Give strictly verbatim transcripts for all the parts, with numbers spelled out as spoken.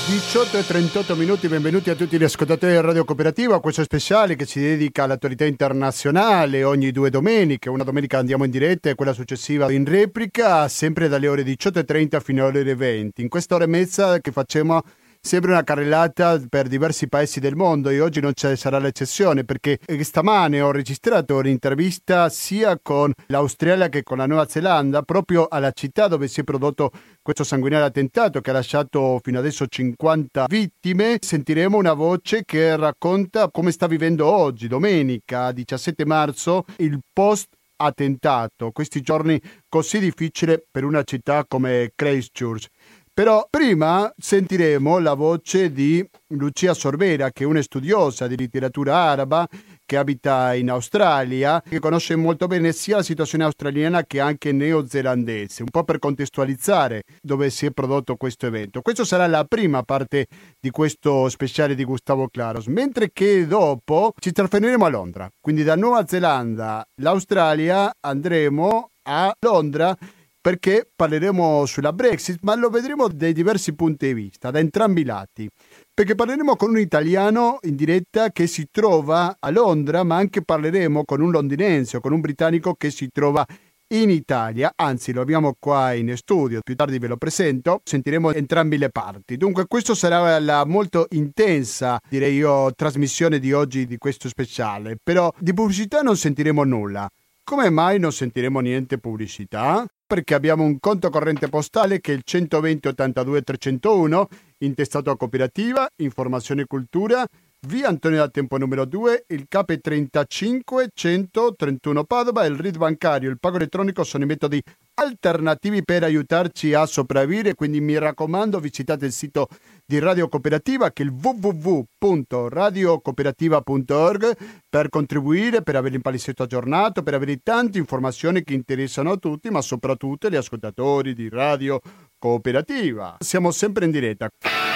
diciotto e trentotto minuti, benvenuti a tutti gli ascoltatori di Radio Cooperativa, questo speciale che si dedica all'attualità internazionale ogni due domeniche. Una domenica andiamo in diretta e quella successiva in replica, sempre dalle ore diciotto e trenta fino alle ore venti. In questa ora e mezza che facciamo sempre una carrellata per diversi paesi del mondo e oggi non ci sarà l'eccezione perché stamane ho registrato un'intervista sia con l'Australia che con la Nuova Zelanda proprio alla città dove si è prodotto questo sanguinario attentato che ha lasciato fino adesso cinquanta vittime. Sentiremo una voce che racconta come sta vivendo oggi, domenica diciassette marzo, il post attentato, questi giorni così difficili per una città come Christchurch. Però prima sentiremo la voce di Lucia Sorbera, che è una studiosa di letteratura araba che abita in Australia, che conosce molto bene sia la situazione australiana che anche neozelandese, un po' per contestualizzare dove si è prodotto questo evento. Questa sarà la prima parte di questo speciale di Gustavo Claros, mentre che dopo ci trasferiremo a Londra. Quindi da Nuova Zelanda, l'Australia, andremo a Londra perché parleremo sulla Brexit, ma lo vedremo dai diversi punti di vista, da entrambi i lati. Perché parleremo con un italiano in diretta che si trova a Londra, ma anche parleremo con un londinense o con un britannico che si trova in Italia. Anzi, lo abbiamo qua in studio, più tardi ve lo presento, sentiremo entrambi le parti. Dunque, questa sarà la molto intensa, direi io, trasmissione di oggi di questo speciale. Però di pubblicità non sentiremo nulla. Come mai non sentiremo niente pubblicità? Perché abbiamo un conto corrente postale che è il centoventi ottantadue trecentouno, intestato a Cooperativa, Informazione e Cultura, via Antonio da Tempo numero due, il C A P trentacinque centotrentuno Padova, il R I D bancario, il pago elettronico sono i metodi alternativi per aiutarci a sopravvivere, quindi mi raccomando visitate il sito di Radio Cooperativa che è il w w w punto radio cooperativa punto org per contribuire, per avere il palinsesto aggiornato, per avere tante informazioni che interessano a tutti, ma soprattutto gli ascoltatori di Radio Cooperativa. Siamo sempre in diretta.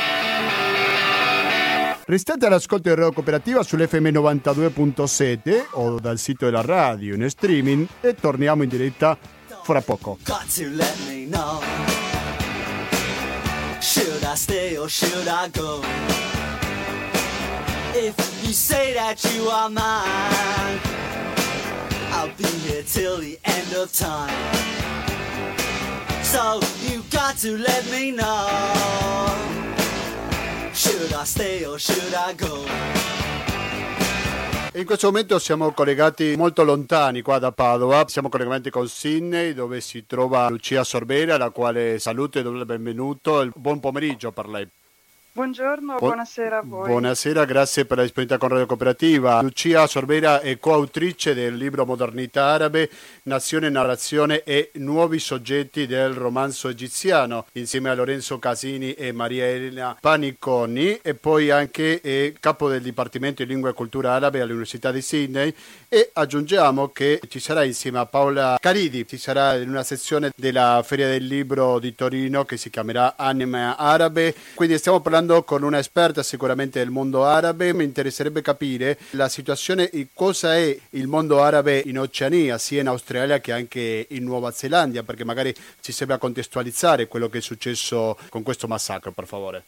Restate all'ascolto di Radio Cooperativa sull'F M novantadue virgola sette o dal sito della radio in streaming e torniamo in diretta fra poco. Should I stay or should I go? If you say that you are mine, I'll be here till the end of time. So you got to let me know. Should I stay or should I go? In questo momento siamo collegati molto lontani qua da Padova, siamo collegati con Sydney dove si trova Lucia Sorbera, la quale saluto e do il benvenuto. Buon pomeriggio per lei. Buongiorno, Bu- buonasera a voi. Buonasera, grazie per la disponibilità con Radio Cooperativa. Lucia Sorbera è coautrice del libro Modernità Arabe, Nazione, Narrazione e Nuovi Soggetti del romanzo egiziano, insieme a Lorenzo Casini e Maria Elena Paniconi, e poi anche è capo del Dipartimento di Lingua e Cultura Arabe all'Università di Sydney. E aggiungiamo che ci sarà insieme a Paola Caridi, ci sarà in una sezione della Feria del Libro di Torino che si chiamerà Anime Arabe, quindi stiamo parlando con una esperta sicuramente del mondo arabe. Mi interesserebbe capire la situazione e cosa è il mondo arabe in Oceania, sia in Australia che anche in Nuova Zelanda, perché magari ci serve a contestualizzare quello che è successo con questo massacro, per favore.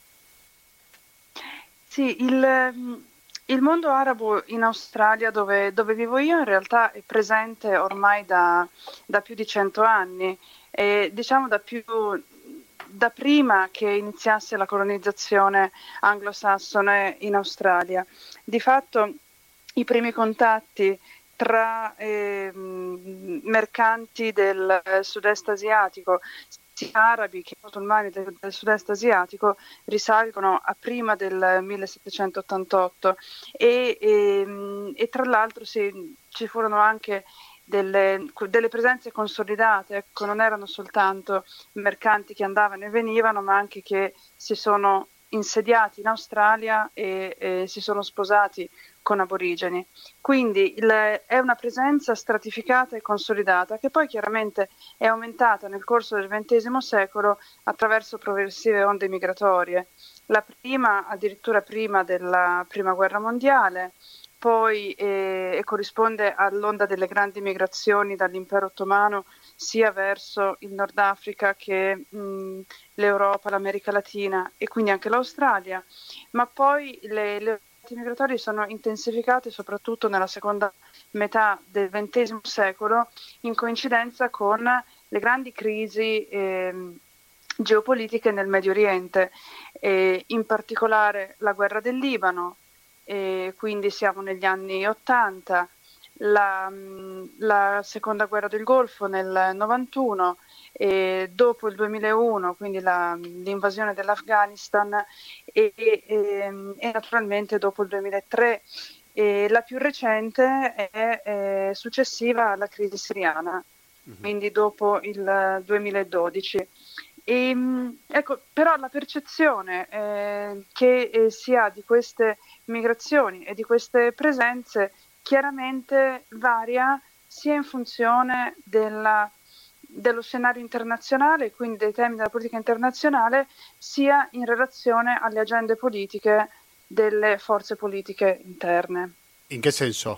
Sì, il, il mondo arabo in Australia, dove, dove vivo io, in realtà è presente ormai da, da più di cento anni, e diciamo da più... da prima che iniziasse la colonizzazione anglosassone in Australia. Di fatto i primi contatti tra eh, mercanti del sud-est asiatico, sia arabi che musulmani del, del sud-est asiatico, risalgono a prima del millesettecentottantotto e, e, e tra l'altro sì, ci furono anche Delle, delle presenze consolidate, ecco, non erano soltanto mercanti che andavano e venivano, ma anche che si sono insediati in Australia e, e si sono sposati con aborigeni. Quindi il, è una presenza stratificata e consolidata che poi chiaramente è aumentata nel corso del ventesimo secolo attraverso progressive onde migratorie. La prima, addirittura prima della Prima Guerra Mondiale, poi eh, e corrisponde all'onda delle grandi migrazioni dall'impero ottomano sia verso il Nord Africa che mh, l'Europa, l'America Latina e quindi anche l'Australia, ma poi le, le ondate migratorie sono intensificate soprattutto nella seconda metà del ventesimo secolo, in coincidenza con le grandi crisi ehm, geopolitiche nel Medio Oriente, eh, in particolare la guerra del Libano, eh, quindi siamo negli anni ottanta, la, la seconda guerra del Golfo nel novantuno, e dopo il duemilauno, quindi la, l'invasione dell'Afghanistan e, e, e naturalmente dopo il duemilatré. E la più recente è, è successiva alla crisi siriana, mm-hmm. quindi dopo il duemiladodici. E, ecco, però la percezione eh, che eh, si ha di queste migrazioni e di queste presenze chiaramente varia sia in funzione della, dello scenario internazionale, quindi dei temi della politica internazionale, sia in relazione alle agende politiche delle forze politiche interne. In che senso?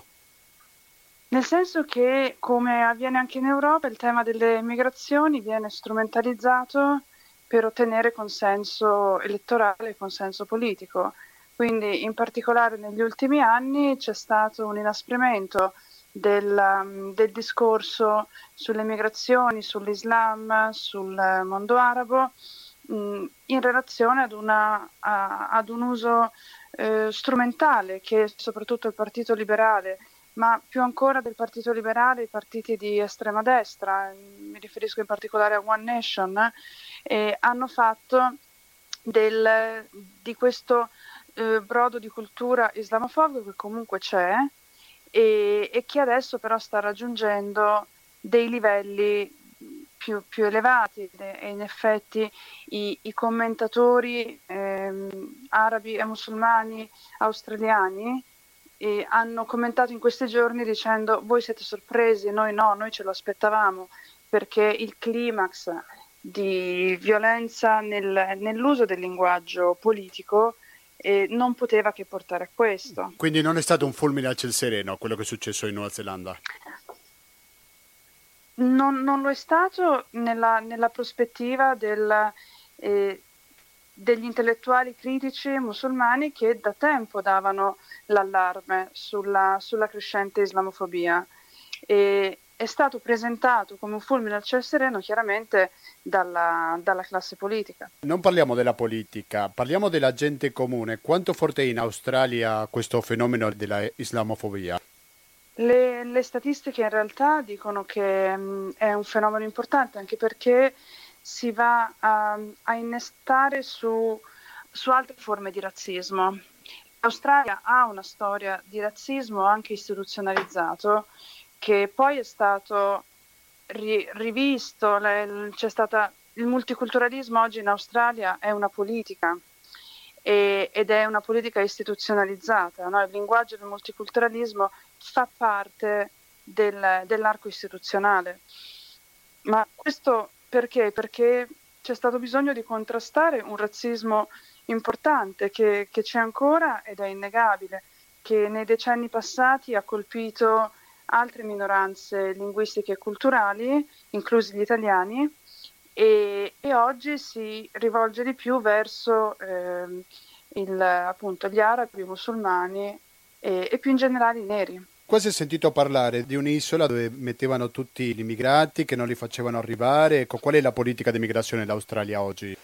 Nel senso che, come avviene anche in Europa, il tema delle migrazioni viene strumentalizzato per ottenere consenso elettorale, consenso politico. Quindi, in particolare negli ultimi anni, c'è stato un inasprimento del, del discorso sulle migrazioni, sull'Islam, sul mondo arabo, mh, in relazione ad, una, a, ad un uso eh, strumentale che soprattutto il Partito Liberale, ma più ancora del Partito Liberale, i partiti di estrema destra, mi riferisco in particolare a One Nation, eh, hanno fatto del, di questo eh, brodo di cultura islamofobico che comunque c'è e, e che adesso però sta raggiungendo dei livelli più, più elevati e in effetti i, i commentatori ehm, arabi e musulmani australiani e hanno commentato in questi giorni dicendo: voi siete sorpresi, noi no, noi ce lo aspettavamo, perché il climax di violenza nel, nell'uso del linguaggio politico eh, non poteva che portare a questo. Quindi non è stato un fulmine al ciel sereno quello che è successo in Nuova Zelanda? Non, non lo è stato nella, nella prospettiva del... Eh, degli intellettuali critici musulmani che da tempo davano l'allarme sulla, sulla crescente islamofobia. E è stato presentato come un fulmine al ciel sereno chiaramente dalla, dalla classe politica. Non parliamo della politica, parliamo della gente comune. Quanto forte è in Australia questo fenomeno della islamofobia? Le, le statistiche in realtà dicono che mh, è un fenomeno importante, anche perché si va a, a innestare su, su altre forme di razzismo. L'Australia ha una storia di razzismo anche istituzionalizzato, che poi è stato ri, rivisto, le, c'è stata, il multiculturalismo oggi in Australia è una politica e, ed è una politica istituzionalizzata, no? Il linguaggio del multiculturalismo fa parte del, dell'arco istituzionale. Ma questo perché? Perché c'è stato bisogno di contrastare un razzismo importante che, che c'è ancora ed è innegabile, che nei decenni passati ha colpito altre minoranze linguistiche e culturali, inclusi gli italiani, e, e oggi si rivolge di più verso eh, il, appunto, gli arabi, i musulmani e, e più in generale i neri. Quasi ho sentito parlare di un'isola dove mettevano tutti gli immigrati, che non li facevano arrivare. Ecco, qual è la politica di migrazione dell'Australia oggi?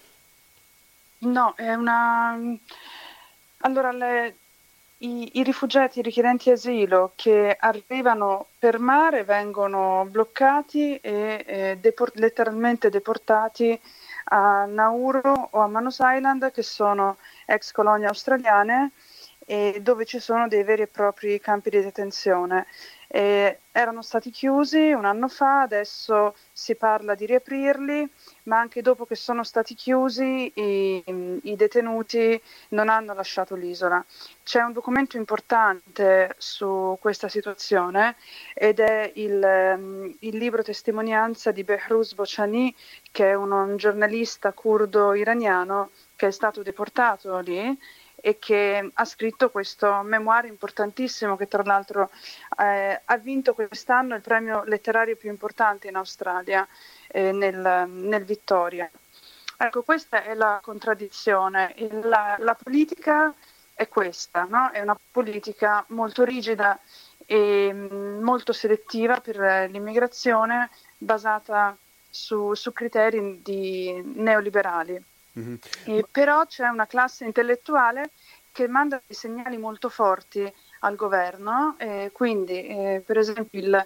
No, è una... Allora, le... I, i rifugiati, i richiedenti asilo che arrivano per mare vengono bloccati e eh, deport- letteralmente deportati a Nauru o a Manus Island, che sono ex colonie australiane, e dove ci sono dei veri e propri campi di detenzione. Eh, erano stati chiusi un anno fa, adesso si parla di riaprirli, ma anche dopo che sono stati chiusi i, i detenuti non hanno lasciato l'isola. C'è un documento importante su questa situazione ed è il, il libro testimonianza di Behruz Bochani, che è un, un giornalista curdo iraniano che è stato deportato lì e che ha scritto questo memoir importantissimo che tra l'altro eh, ha vinto quest'anno il premio letterario più importante in Australia, eh, nel, nel Victoria. Ecco, questa è la contraddizione. La, la politica è questa, no? È una politica molto rigida e molto selettiva per l'immigrazione, basata su, su criteri di neoliberali. Mm-hmm. E però c'è una classe intellettuale che manda dei segnali molto forti al governo, eh, quindi eh, per esempio il,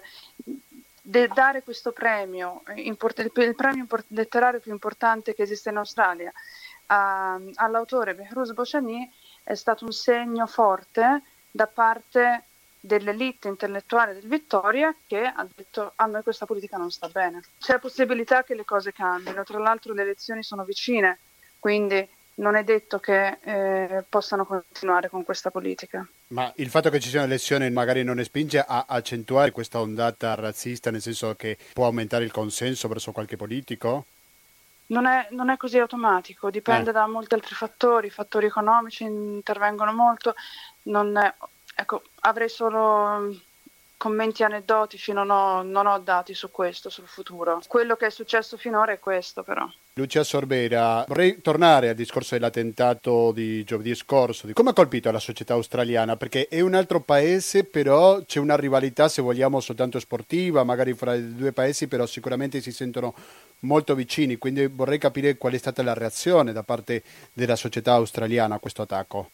de, dare questo premio, import, il, il premio import, letterario più importante che esiste in Australia a, all'autore Behrouz Boochani è stato un segno forte da parte dell'elite intellettuale del Victoria, che ha detto a noi questa politica non sta bene. C'è possibilità che le cose cambino, tra l'altro le elezioni sono vicine, quindi non è detto che eh, possano continuare con questa politica. Ma il fatto che ci siano elezioni magari non ne spinge a accentuare questa ondata razzista, nel senso che può aumentare il consenso verso qualche politico? Non è, non è così automatico, dipende eh. da molti altri fattori, fattori economici intervengono molto. Non è, ecco, avrei solo commenti aneddotici, non ho, non ho dati su questo, sul futuro. Quello che è successo finora è questo, però. Lucia Sorbera, vorrei tornare al discorso dell'attentato di giovedì scorso. Come ha colpito la società australiana? Perché è un altro paese, però c'è una rivalità, se vogliamo, soltanto sportiva, magari fra i due paesi, però sicuramente si sentono molto vicini. Quindi vorrei capire qual è stata la reazione da parte della società australiana a questo attacco.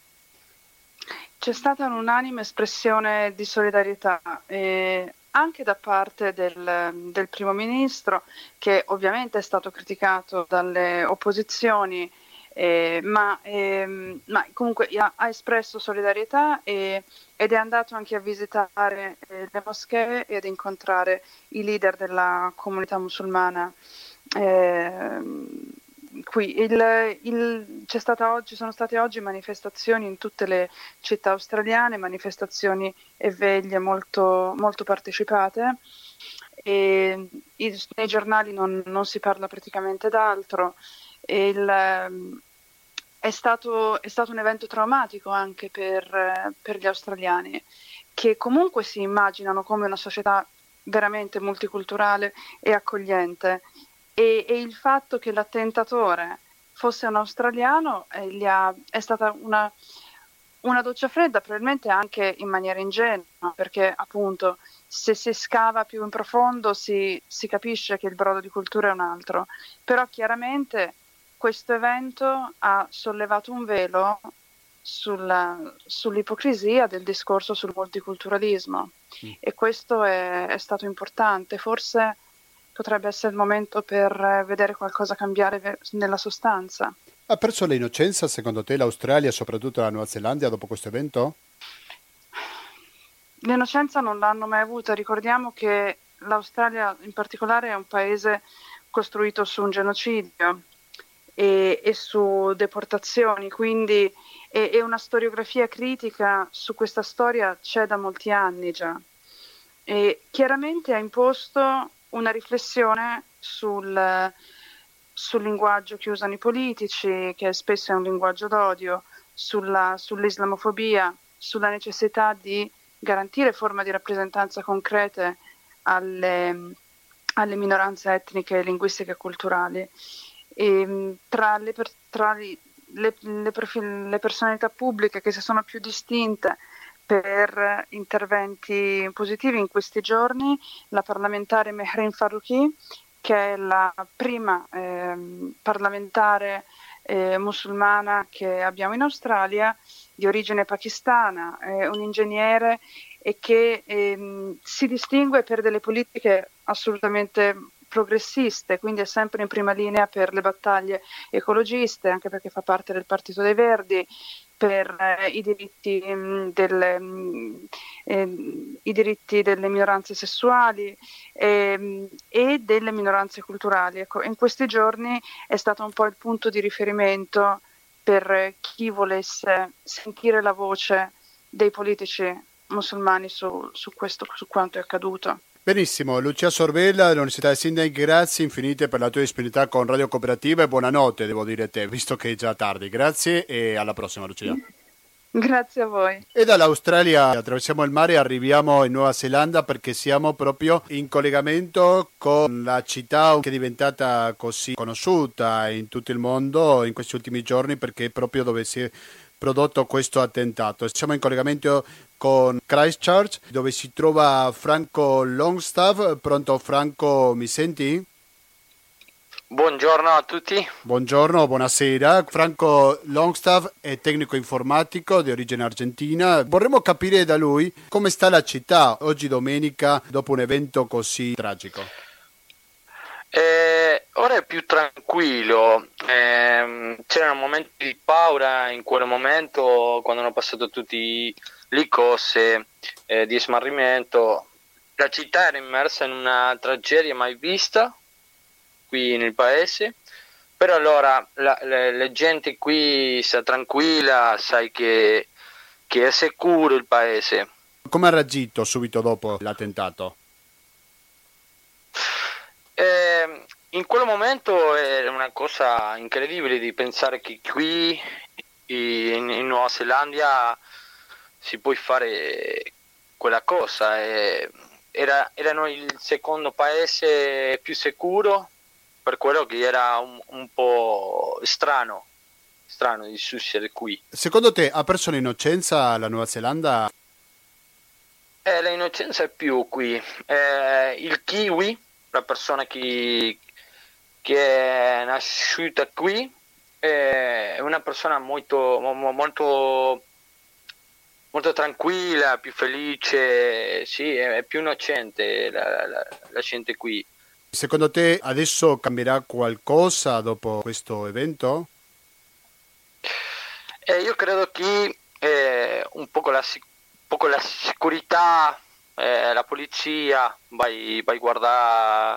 C'è stata un'unanime espressione di solidarietà e anche da parte del, del primo ministro, che ovviamente è stato criticato dalle opposizioni, eh, ma, eh, ma comunque ha, ha espresso solidarietà e, ed è andato anche a visitare eh, le moschee e ad incontrare i leader della comunità musulmana. Eh, Qui il, il, c'è stata oggi, sono state oggi manifestazioni in tutte le città australiane, manifestazioni e veglie molto, molto partecipate, e i, nei giornali non, non si parla praticamente d'altro. Il, è, stato, è stato un evento traumatico anche per, per gli australiani, che comunque si immaginano come una società veramente multiculturale e accogliente. E, e il fatto che l'attentatore fosse un australiano eh, gli ha, è stata una, una doccia fredda, probabilmente anche in maniera ingenua, perché appunto se si scava più in profondo si, si capisce che il brodo di cultura è un altro, però chiaramente questo evento ha sollevato un velo sulla, sull'ipocrisia del discorso sul multiculturalismo mm. e questo è, è stato importante. Forse potrebbe essere il momento per vedere qualcosa cambiare nella sostanza. Ha perso l'innocenza, secondo te, l'Australia, soprattutto la Nuova Zelanda, dopo questo evento? L'innocenza non l'hanno mai avuta. Ricordiamo che l'Australia in particolare è un paese costruito su un genocidio e, e su deportazioni, quindi e, e una storiografia critica su questa storia c'è da molti anni già. E chiaramente ha imposto una riflessione sul, sul linguaggio che usano i politici, che spesso è un linguaggio d'odio, sulla, sull'islamofobia, sulla necessità di garantire forme di rappresentanza concrete alle, alle minoranze etniche, linguistiche e culturali. E, tra le, tra le, le, le, profil, le personalità pubbliche che si sono più distinte per interventi positivi in questi giorni, la parlamentare Mehreen Faruqi, che è la prima eh, parlamentare eh, musulmana che abbiamo in Australia, di origine pakistana, è un ingegnere e che eh, si distingue per delle politiche assolutamente progressiste, quindi è sempre in prima linea per le battaglie ecologiste, anche perché fa parte del Partito dei Verdi, per eh, i diritti mh, delle, mh, eh, i diritti delle minoranze sessuali eh, e delle minoranze culturali. Ecco, in questi giorni è stato un po' il punto di riferimento per chi volesse sentire la voce dei politici musulmani su, su questo, su quanto è accaduto. Benissimo, Lucia Sorbella dell'Università di Sydney, grazie infinite per la tua disponibilità con Radio Cooperativa e buonanotte, devo dire te, visto che è già tardi. Grazie e alla prossima, Lucia. Grazie a voi. E dall'Australia attraversiamo il mare e arriviamo in Nuova Zelanda perché siamo proprio in collegamento con la città che è diventata così conosciuta in tutto il mondo in questi ultimi giorni perché è proprio dove si è prodotto questo attentato. Siamo in collegamento con Christchurch dove si trova Franco Longstaff. Pronto Franco, mi senti? Buongiorno a tutti. Buongiorno, buonasera. Franco Longstaff è tecnico informatico di origine argentina. Vorremmo capire da lui come sta la città oggi domenica dopo un evento così tragico. Eh, ora è più tranquillo, eh, c'erano momenti di paura in quel momento quando hanno passato tutti le cose eh, di smarrimento. La città era immersa in una tragedia mai vista qui nel paese, però allora la, la, la gente qui sta tranquilla, sai che, che è sicuro il paese. Come ha reagito subito dopo l'attentato? Eh, in quel momento era una cosa incredibile di pensare che qui in, in Nuova Zelanda si può fare quella cosa. Eh, era, erano il secondo paese più sicuro, per quello che era un, un po' strano, strano di succedere qui. Secondo te ha perso l'innocenza la Nuova Zelanda? Eh, l'innocenza è più qui. Eh, il kiwi, la persona che, che è nasciuta qui, è una persona molto, molto, molto tranquilla, più felice, sì, è più innocente la, la, la gente qui. Secondo te adesso cambierà qualcosa dopo questo evento? Eh, io credo che eh, un poco la, un poco la sicurezza, eh, la polizia vai, vai a guardare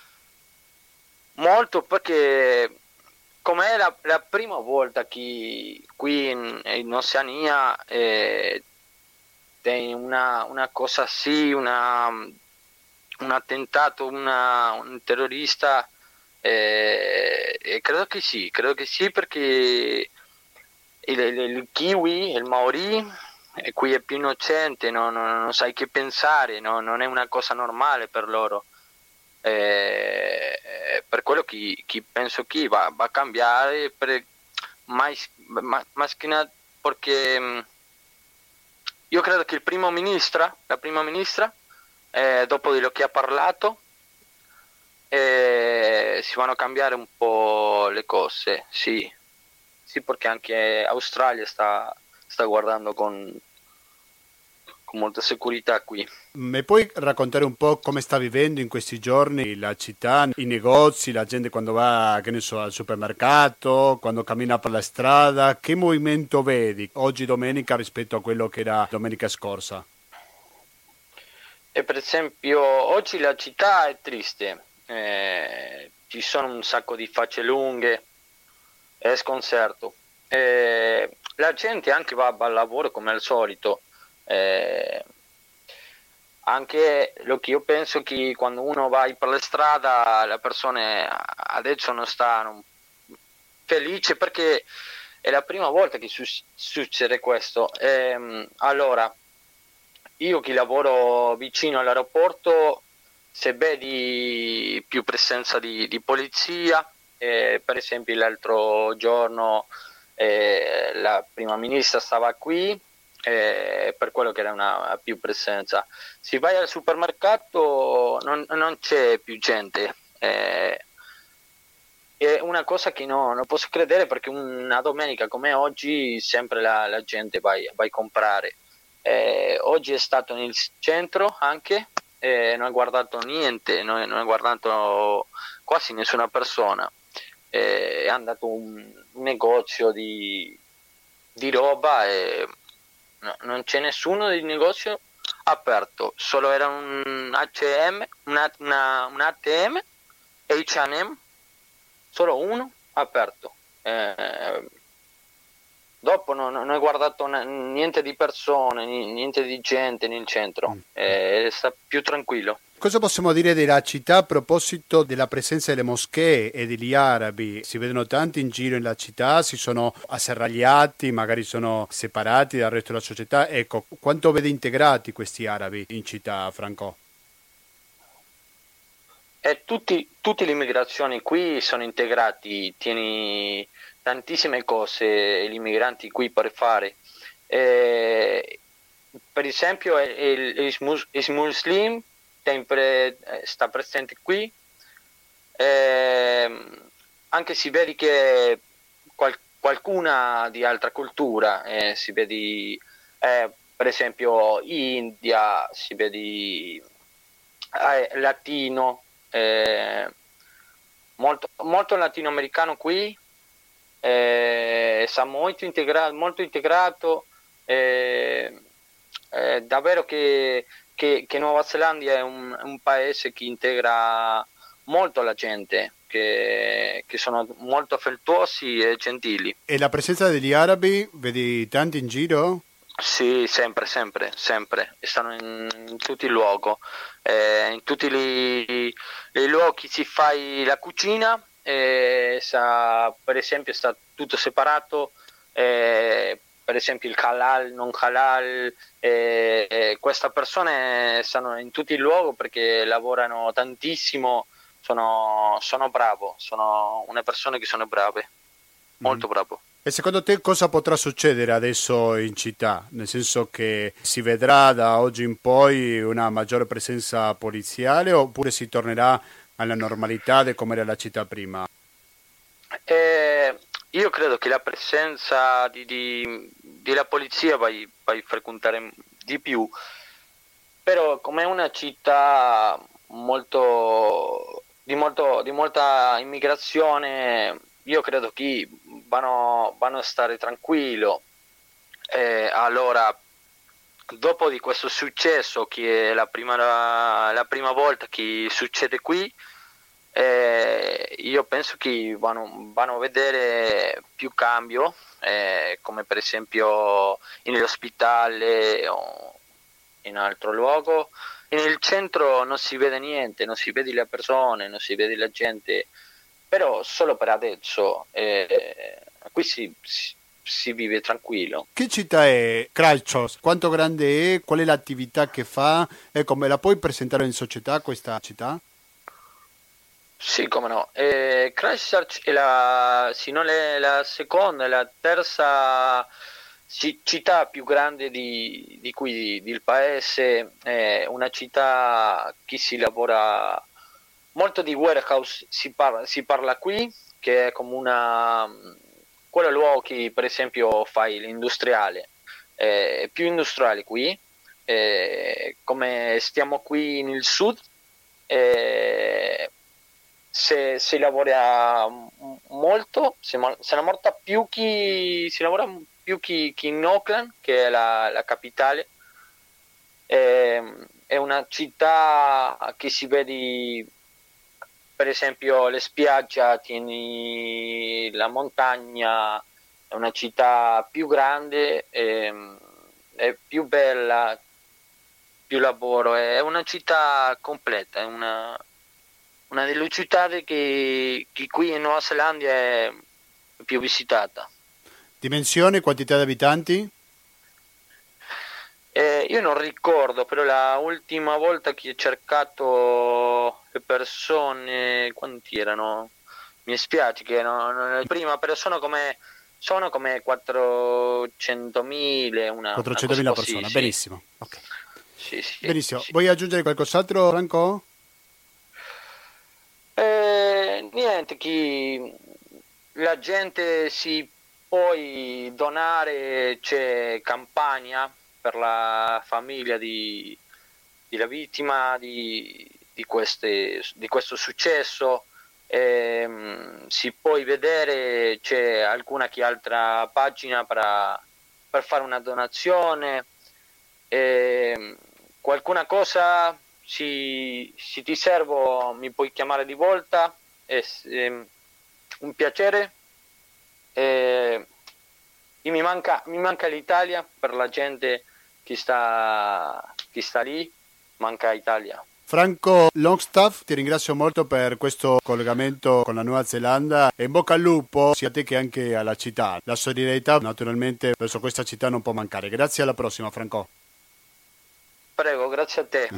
molto perché come è la, la prima volta che qui in, in Oceania eh, c'è una, una cosa sì, una, un attentato, una, un terrorista, eh, e credo che sì, credo che sì perché il, il, il kiwi, il maori, e qui è più innocente, no, no, non sai che pensare, no, non è una cosa normale per loro. Eh, per quello che, che penso che va, va a cambiare, per, mais, ma, más che nada perché io credo che il primo ministro, la prima ministra, eh, dopo di lo che ha parlato, eh, si vanno a cambiare un po' le cose, sì, sì perché anche Australia sta, sta guardando con, con molta sicurezza qui. Mi puoi raccontare un po' come sta vivendo in questi giorni la città, i negozi, la gente quando va, che ne so, al supermercato, quando cammina per la strada? Che movimento vedi oggi domenica rispetto a quello che era domenica scorsa? E per esempio oggi la città è triste, eh, ci sono un sacco di facce lunghe, è sconcerto. Eh, la gente anche va al lavoro come al solito. Eh, anche lo che io penso che quando uno va per la strada le persone adesso non stanno felici perché è la prima volta che su- succede questo. Eh, allora io che lavoro vicino all'aeroporto, se vedi più presenza di, di polizia, eh, per esempio l'altro giorno eh, la prima ministra stava qui, eh, per quello che era una più presenza. Se vai al supermercato non, non c'è più gente, eh, è una cosa che no, non posso credere perché una domenica come oggi sempre la, la gente va, va a comprare. Eh, oggi è stato nel centro anche, eh, non ha guardato niente, non, non ha guardato quasi nessuna persona. Eh, è andato un, un negozio di, di roba e no, non c'è nessuno del negozio aperto, solo era un H e M, una, una, un A T M, H and M, solo uno aperto. Eh, dopo non, non ho guardato n- niente di persone, niente di gente nel centro, mm. eh, sta più tranquillo. Cosa possiamo dire della città a proposito della presenza delle moschee e degli arabi? Si vedono tanti in giro nella città, si sono asserragliati, magari sono separati dal resto della società. Ecco, quanto vede integrati questi arabi in città, Franco? E tutti, tutte le immigrazioni qui sono integrati, tieni tantissime cose gli immigranti qui per fare. Eh, per esempio il, il, il mus- il muslim sempre, eh, sta presente qui, eh, anche si vede che qual- qualcuna di altra cultura, eh, si vede eh, per esempio India, si vede eh, latino, eh, molto, molto latinoamericano qui, eh, sta molto, integra- molto integrato, eh, eh, davvero che, che, che Nuova Zelanda è un, un paese che integra molto la gente, che, che sono molto affettuosi e gentili. E la presenza degli arabi, vedi tanti in giro? Sì, sempre, sempre, sempre. Stanno in, in tutti i luoghi, eh, in tutti i, i luoghi si fa la cucina, eh, sa- per esempio sta tutto separato, eh, per esempio il halal, non halal, eh, eh, queste persone stanno in tutti i luoghi perché lavorano tantissimo, sono, sono bravo, sono una persone che sono brave, Mhm. molto bravo. E secondo te cosa potrà succedere adesso in città? Nel senso che si vedrà da oggi in poi una maggiore presenza poliziale oppure si tornerà alla normalità di come era la città prima? Eh, io credo che la presenza di, di- della polizia vai, vai a frequentare di più, però come è una città molto, di, molto, di molta immigrazione, io credo che vanno, vanno a stare tranquillo. Eh, allora, dopo di questo successo, che è la prima, la prima volta che succede qui, eh, io penso che vanno, vanno a vedere più cambio, eh, come per esempio nell'ospedale o in altro luogo. E nel centro non si vede niente, non si vede le persone, non si vede la gente, però solo per adesso, eh, qui si, si, si vive tranquillo. Che città è Christchurch? Quanto grande è? Qual è l'attività che fa? Ecco, me la puoi presentare in società questa città? Sì, come no. Eh, Christchurch è la, se non è la seconda, è la terza ci- città più grande di, di qui, del paese. È una città che si lavora molto di warehouse, si parla, si parla qui, che è come una, quello luogo che per esempio fai l'industriale, è più industriale qui, eh, come stiamo qui nel sud. eh, se, si lavora m- molto, si, mo- se lavora più chi, si lavora più chi, chi in Auckland, che è la, la capitale. Ehm, è una città che si vede, per esempio, le spiagge, tieni la montagna, è una città più grande, ehm, è più bella, più lavoro, è una città completa, è una, una delle città che, che qui in Nuova Zelanda è più visitata. Dimensione, quantità di abitanti? Eh, io non ricordo, però la ultima volta che ho cercato le persone, quanti erano? Mi spiace che non, non- prima, però sono come, sono come quattrocentomila, una, una cosa quattrocentomila così, persone, sì. benissimo. Ok. Sì, sì, Benissimo. sì. Vuoi aggiungere qualcos'altro, Franco? Eh, niente, chi la gente si può donare, c'è campagna per la famiglia di, della vittima di, di, queste, di questo successo. Ehm, si può vedere, c'è alcuna che altra pagina per, per fare una donazione. Ehm, qualcuna cosa, si, se ti servo mi puoi chiamare di volta, è ehm, un piacere. Eh, e mi manca, mi manca l'Italia per la gente che sta, che sta lì, manca Italia. Franco Longstaff, ti ringrazio molto per questo collegamento con la Nuova Zelanda e in bocca al lupo sia a te che anche alla città. La solidarietà naturalmente verso questa città non può mancare. Grazie, alla prossima Franco. Prego, grazie a te.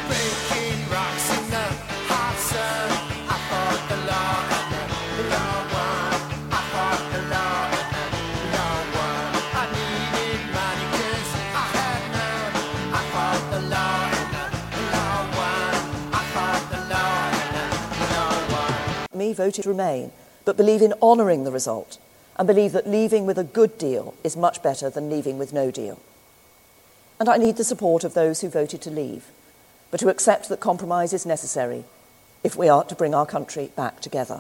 Me voted to remain, but believe in honouring the result and believe that leaving with a good deal is much better than leaving with no deal. And I need the support of those who voted to leave, but who accept that compromise is necessary if we are to bring our country back together.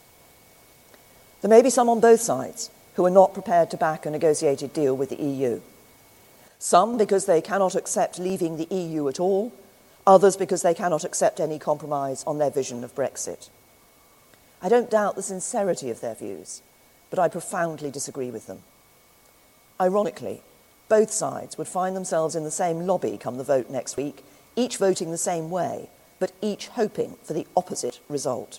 There may be some on both sides who are not prepared to back a negotiated deal with the E U. Some because they cannot accept leaving the E U at all, others because they cannot accept any compromise on their vision of Brexit. I don't doubt the sincerity of their views, but I profoundly disagree with them. Ironically, both sides would find themselves in the same lobby come the vote next week, each voting the same way, but each hoping for the opposite result.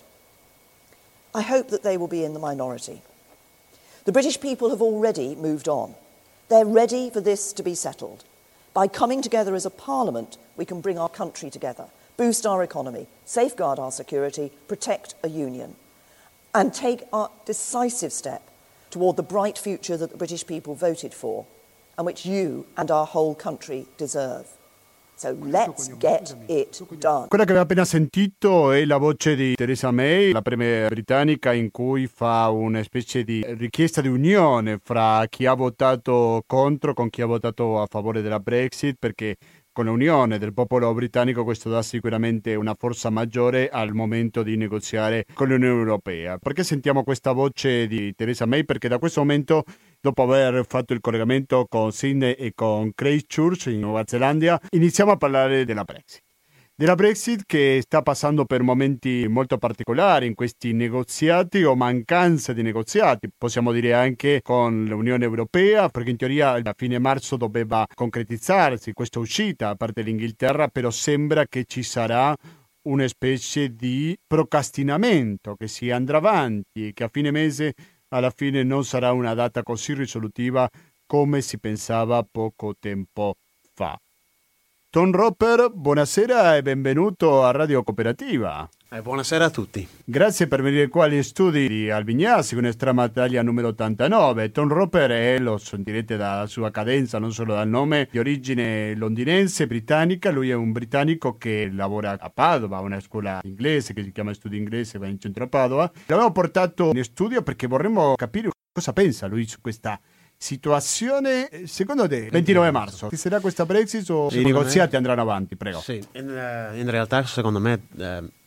I hope that they will be in the minority. The British people have already moved on. They're ready for this to be settled. By coming together as a parliament, we can bring our country together, boost our economy, safeguard our security, protect a union, and take a decisive step toward the bright future that the British people voted for and which you and our whole country deserve. So let's get it done. Quella che aveva appena sentito è la voce di Theresa May, la premier britannica, in cui fa una specie di richiesta di unione fra chi ha votato contro con chi ha votato a favore della Brexit, perché con l'unione del popolo britannico questo dà sicuramente una forza maggiore al momento di negoziare con l'Unione Europea. Perché sentiamo questa voce di Theresa May? Perché da questo momento, dopo aver fatto il collegamento con Sydney e con Christchurch in Nuova Zelanda, iniziamo a parlare della Brexit. Della Brexit che sta passando per momenti molto particolari in questi negoziati o mancanza di negoziati, possiamo dire anche con l'Unione Europea, perché in teoria a fine marzo doveva concretizzarsi questa uscita a parte l'Inghilterra, però sembra che ci sarà una specie di procrastinamento, che si andrà avanti e che a fine mese alla fine non sarà una data così risolutiva come si pensava poco tempo fa. Tom Roper, buonasera e benvenuto a Radio Cooperativa. Eh, buonasera a tutti. Grazie per venire qua agli studi di Albignassi con Estrema Italia numero ottantanove. Tom Roper è, lo sentirete dalla sua cadenza, non solo dal nome, di origine londinense, britannica. Lui è un britannico che lavora a Padova, una scuola inglese che si chiama Studi Inglese, va in centro a Padova. L'abbiamo portato in studio perché vorremmo capire cosa pensa lui su questa situazione. Secondo te ventinove marzo ci sarà questa Brexit o secondo i negoziati me andranno avanti? Prego. Sì, in, uh, in realtà secondo me uh,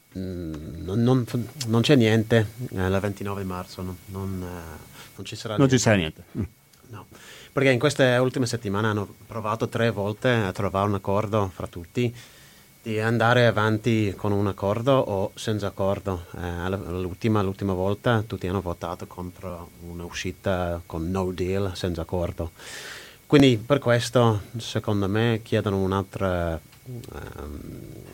non, non, non c'è niente uh, il ventinove marzo, no, non, uh, non ci sarà non niente. ci sarà niente No, perché in queste ultime settimane hanno provato tre volte a trovare un accordo fra tutti di andare avanti con un accordo o senza accordo. Eh, l'ultima, l'ultima volta tutti hanno votato contro un'uscita con no deal, senza accordo. Quindi per questo secondo me chiedono un'altra, um,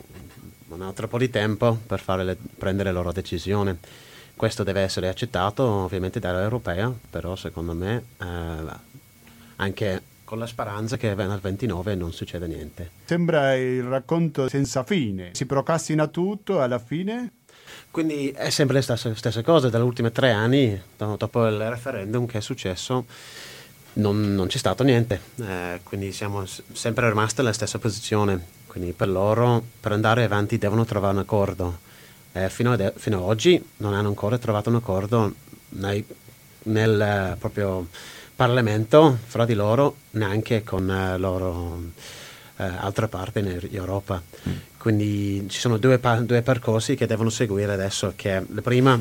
un altro po' di tempo per fare le, prendere la loro decisione. Questo deve essere accettato ovviamente dall'Europea, però secondo me eh, anche con la speranza che al ventinove non succeda niente. Sembra il racconto senza fine, si procrastina tutto alla fine? Quindi è sempre la stessa, stessa cosa, dagli ultimi tre anni, dopo il referendum che è successo, non, non c'è stato niente, eh, quindi siamo sempre rimasti nella stessa posizione, quindi per loro, per andare avanti devono trovare un accordo. Eh, fino, ad, fino ad oggi non hanno ancora trovato un accordo nei, nel uh, proprio Parlamento fra di loro, neanche con uh, loro uh, altre parti in Europa. Mm. Quindi ci sono due, pa- due percorsi che devono seguire adesso, che la prima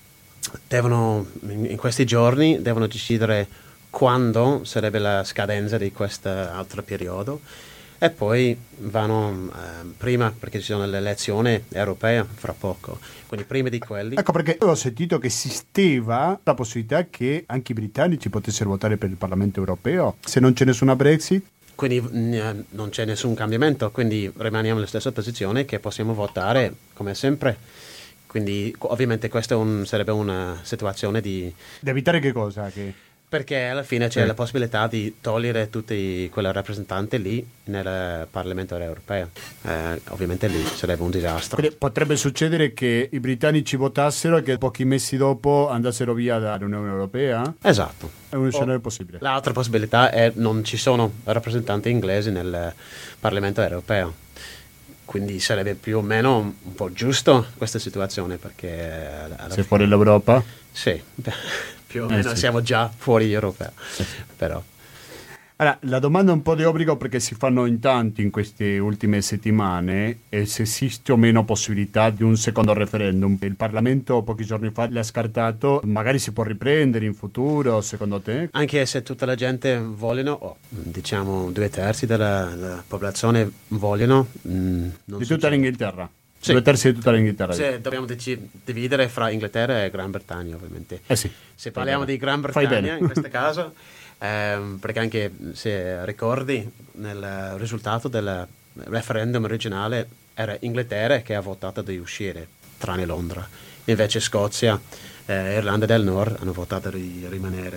devono in, in questi giorni devono decidere quando sarebbe la scadenza di questo altro periodo, e poi vanno eh, prima, perché ci sono le elezioni europee fra poco, quindi prima di quelli. Ecco perché ho sentito che esisteva la possibilità che anche i britannici potessero votare per il Parlamento europeo se non c'è nessuna Brexit. quindi mh, non c'è nessun cambiamento, quindi rimaniamo nella stessa posizione che possiamo votare come sempre. Quindi ovviamente questa è un, sarebbe una situazione di... Da evitare che cosa? Che... Perché alla fine c'è Eh. la possibilità di togliere tutti quella rappresentante lì nel Parlamento europeo. Eh, ovviamente lì sarebbe un disastro. Quindi potrebbe succedere che i britannici votassero e che pochi mesi dopo andassero via dall'Unione Europea? Esatto. È un scenario possibile. L'altra possibilità è non ci sono rappresentanti inglesi nel Parlamento europeo. Quindi sarebbe più o meno un po' giusto questa situazione, perché alla Se fine, fuori l'Europa? sì, più o Eh, meno sì. siamo già fuori Europa, però Allora, la domanda è un po' di obbligo perché si fanno in tanti in queste ultime settimane è se esiste o meno possibilità di un secondo referendum. Il Parlamento pochi giorni fa l'ha scartato, magari si può riprendere in futuro, secondo te? anche se tutta la gente vogliono, o diciamo due terzi della, della popolazione vogliono, mh, non Di tutta succede. l'Inghilterra? Sì. Due terzi di tutta l'Inghilterra? Se dobbiamo deci- dividere fra Inghilterra e Gran Bretagna, ovviamente. Eh sì. Se parliamo bene. di Gran Fai Bretagna bene. in questo caso, ehm, perché anche se ricordi nel risultato del referendum originale era Inghilterra che ha votato di uscire, tranne Londra. Invece Scozia e Irlanda del Nord hanno votato di rimanere.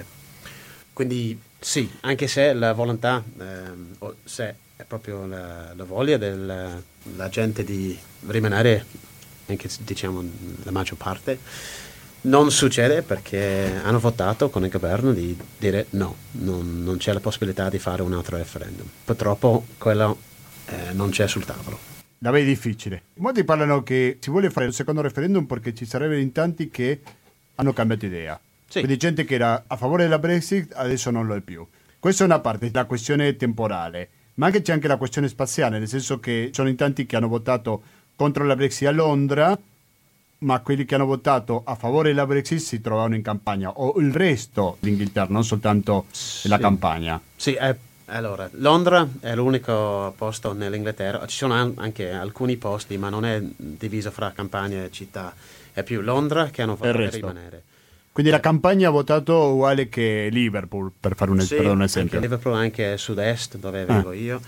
Quindi sì, anche se la volontà, ehm, o se è proprio la, la voglia della la gente di rimanere, anche se diciamo la maggior parte, non succede perché hanno votato con il governo di dire no, non, non c'è la possibilità di fare un altro referendum. Purtroppo quello eh, non c'è sul tavolo. La vedi difficile. Molti parlano che si vuole fare un secondo referendum perché ci sarebbero in tanti che hanno cambiato idea. Sì. Quindi gente che era a favore della Brexit adesso non lo è più. Questa è una parte, la questione temporale, ma anche c'è anche la questione spaziale, nel senso che sono in tanti che hanno votato contro la Brexit a Londra, ma quelli che hanno votato a favore della Brexit si trovavano in campagna, o il resto d'Inghilterra, non soltanto la Sì. campagna. Sì, eh, allora, Londra è l'unico posto nell'Inghilterra, ci sono an- anche alcuni posti, ma non è diviso fra campagna e città, è più Londra che hanno il votato di resto. rimanere. Quindi la campagna ha votato uguale che Liverpool, per fare un, Sì, per un anche esempio. Liverpool, anche sud-est dove vivo io,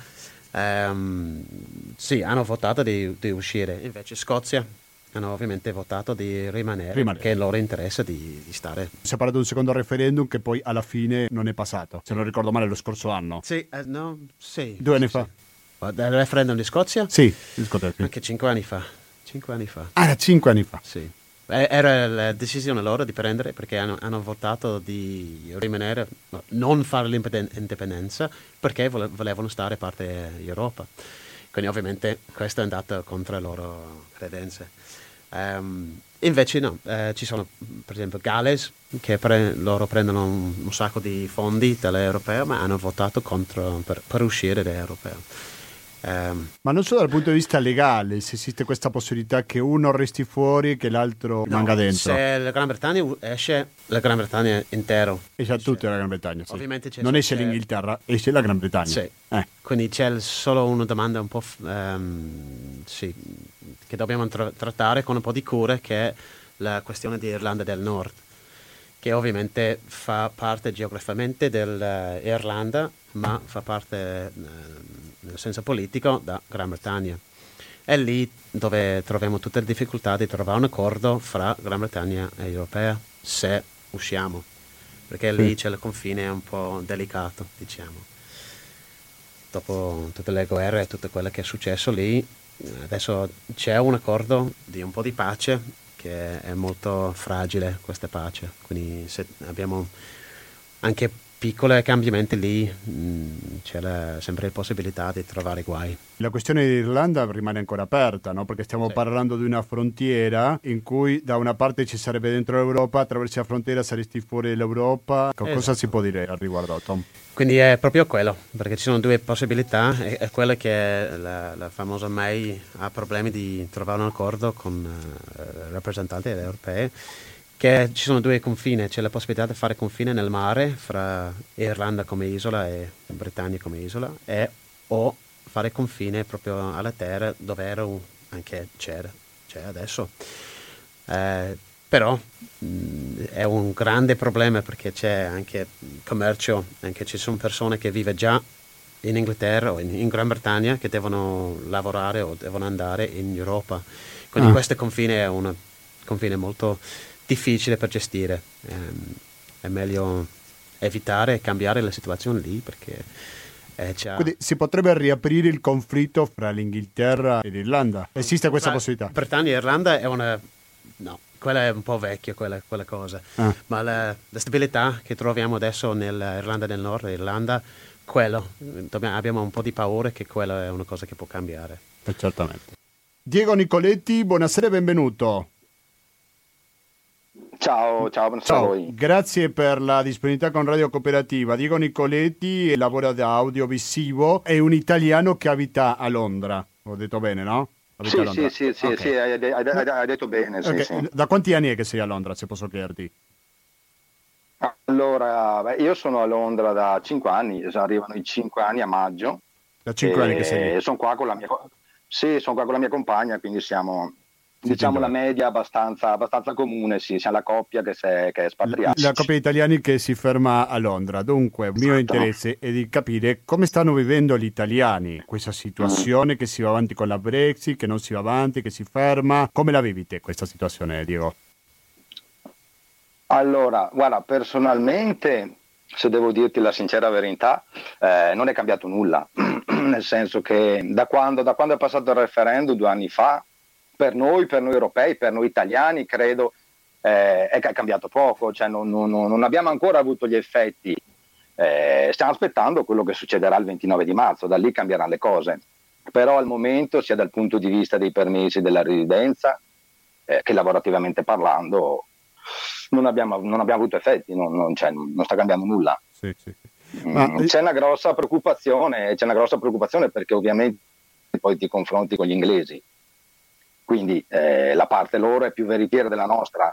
ehm, sì, hanno votato di, di uscire, invece Scozia hanno ovviamente votato di rimanere, Rimanere. perché loro interessa di, di stare. Si è parlato di un secondo referendum che poi alla fine non è passato, se non ricordo male lo scorso anno. Sì, eh, no, sì. Due anni sì, fa? sì. Il referendum di Scozia? Sì, scusate, sì. Anche cinque anni fa. Cinque anni fa. Ah, era cinque anni fa. Sì. Eh, Era la decisione loro di prendere perché hanno, hanno votato di rimanere, no, non fare l'indipendenza perché vole- volevano stare parte Europa. Quindi ovviamente questo è andato contro le loro credenze. Ehm, invece no, eh, ci sono per esempio Galles che pre- loro prendono un, un sacco di fondi dall'europeo ma hanno votato contro per, per uscire dall'europeo. Ehm, Ma non solo dal punto di vista legale, se esiste questa possibilità che uno resti fuori e che l'altro no, rimanga dentro. se la Gran Bretagna u- esce, la Gran Bretagna intero. Esce a tutti la Gran Bretagna, sì. Ovviamente c'è- non esce c'è- l'Inghilterra, esce la Gran Bretagna. Sì. Eh. Quindi c'è solo una domanda un po' f- ehm, sì, che dobbiamo tra- trattare con un po' di cura, che è la questione di Irlanda del Nord, che ovviamente fa parte geograficamente dell'Irlanda, ma fa parte eh, nel senso politico da Gran Bretagna. È lì dove troviamo tutte le difficoltà di trovare un accordo fra Gran Bretagna e Europea, se usciamo, perché lì c'è il confine un po' delicato, diciamo. Dopo tutte le guerre e tutto quello che è successo lì, adesso c'è un accordo di un po' di pace che è molto fragile, questa pace. Quindi se abbiamo anche piccoli cambiamenti lì, mh, c'è la- sempre la possibilità di trovare guai. La questione dell'Irlanda rimane ancora aperta, no? Perché stiamo Sì. parlando di una frontiera in cui da una parte ci sarebbe dentro l'Europa, attraverso la frontiera saresti fuori dall'Europa. Co- Cosa Esatto. si può dire al riguardo, Tom? Quindi è proprio quello, perché ci sono due possibilità, è, è quella che la, la famosa May ha problemi di trovare un accordo con eh, i rappresentanti europei, che ci sono due confini, c'è la possibilità di fare confine nel mare fra Irlanda come isola e Britannia come isola, e o fare confine proprio alla terra dove era un- anche c'era, c'è adesso. Eh, però mh, è un grande problema perché c'è anche commercio, anche ci sono persone che vivono già in Inghilterra o in, in Gran Bretagna che devono lavorare o devono andare in Europa. Quindi ah. questo confine è un confine molto difficile per gestire. Ehm, è meglio evitare e cambiare la situazione lì perché eh, c'ha... Quindi si potrebbe riaprire il conflitto fra l'Inghilterra e l'Irlanda? Esiste questa fra possibilità? Bretagna e Irlanda è una... no, quella è un po' vecchia quella, quella cosa, ah. ma la, la stabilità che troviamo adesso nell'Irlanda del Nord e Irlanda, quello, dobbiamo, abbiamo un po' di paura che quella è una cosa che può cambiare. Eh, certamente. Diego Nicoletti, buonasera e benvenuto. Ciao, ciao, buonasera ciao. a voi. Grazie per la disponibilità con Radio Cooperativa. Diego Nicoletti lavora da audiovisivo, è un italiano che abita a Londra. Ho detto bene, no? Sì, sì, sì, sì, okay. sì, hai, hai, hai detto bene. Sì, okay. sì. Da quanti anni è che sei a Londra, se posso chiederti? Allora, beh, io sono a Londra da cinque anni, arrivano i cinque anni a maggio. Da cinque anni che sei lì? Sono qua con la mia, sì, sono qua con la mia compagna, quindi siamo... Diciamo la media abbastanza, abbastanza comune, sì, siamo la coppia che, è, che è espatriata. La coppia di italiani che si ferma a Londra. Dunque, il mio esatto. interesse è di capire come stanno vivendo gli italiani questa situazione, mm. che si va avanti con la Brexit, che non si va avanti, che si ferma. Come la vivete questa situazione, Diego? Allora, guarda, personalmente, se devo dirti la sincera verità, eh, non è cambiato nulla. Nel senso che da quando, da quando è passato il referendum due anni fa, per noi, per noi europei, per noi italiani, credo eh, è cambiato poco, cioè non, non, non abbiamo ancora avuto gli effetti, eh, stiamo aspettando quello che succederà il ventinove di marzo, da lì cambieranno le cose, però al momento sia dal punto di vista dei permessi della residenza eh, che lavorativamente parlando non abbiamo, non abbiamo avuto effetti, non, non, cioè, non sta cambiando nulla. Sì, sì. Ma... Mm, c'è una grossa preoccupazione, c'è una grossa preoccupazione perché ovviamente poi ti confronti con gli inglesi. Quindi eh, la parte loro è più veritiera della nostra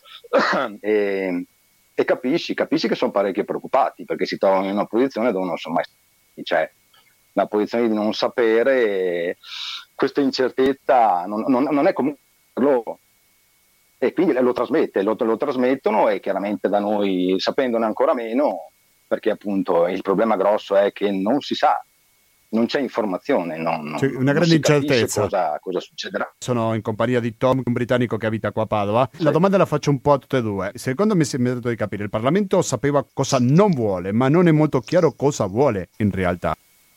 e, e capisci, capisci che sono parecchio preoccupati perché si trovano in una posizione dove non sono mai stati, cioè una posizione di non sapere, questa incertezza non, non, non è comunque per loro e quindi lo trasmette, lo, lo trasmettono e chiaramente da noi sapendone ancora meno perché appunto il problema grosso è che non si sa. Non c'è informazione, non, c'è una grande incertezza. Cosa, cosa succederà. Sono in compagnia di Tom, un britannico che abita qua a Padova. Sì. La domanda la faccio un po' a tutte e due. Secondo me si è dato di capire, il Parlamento sapeva cosa non vuole, ma non è molto chiaro cosa vuole in realtà.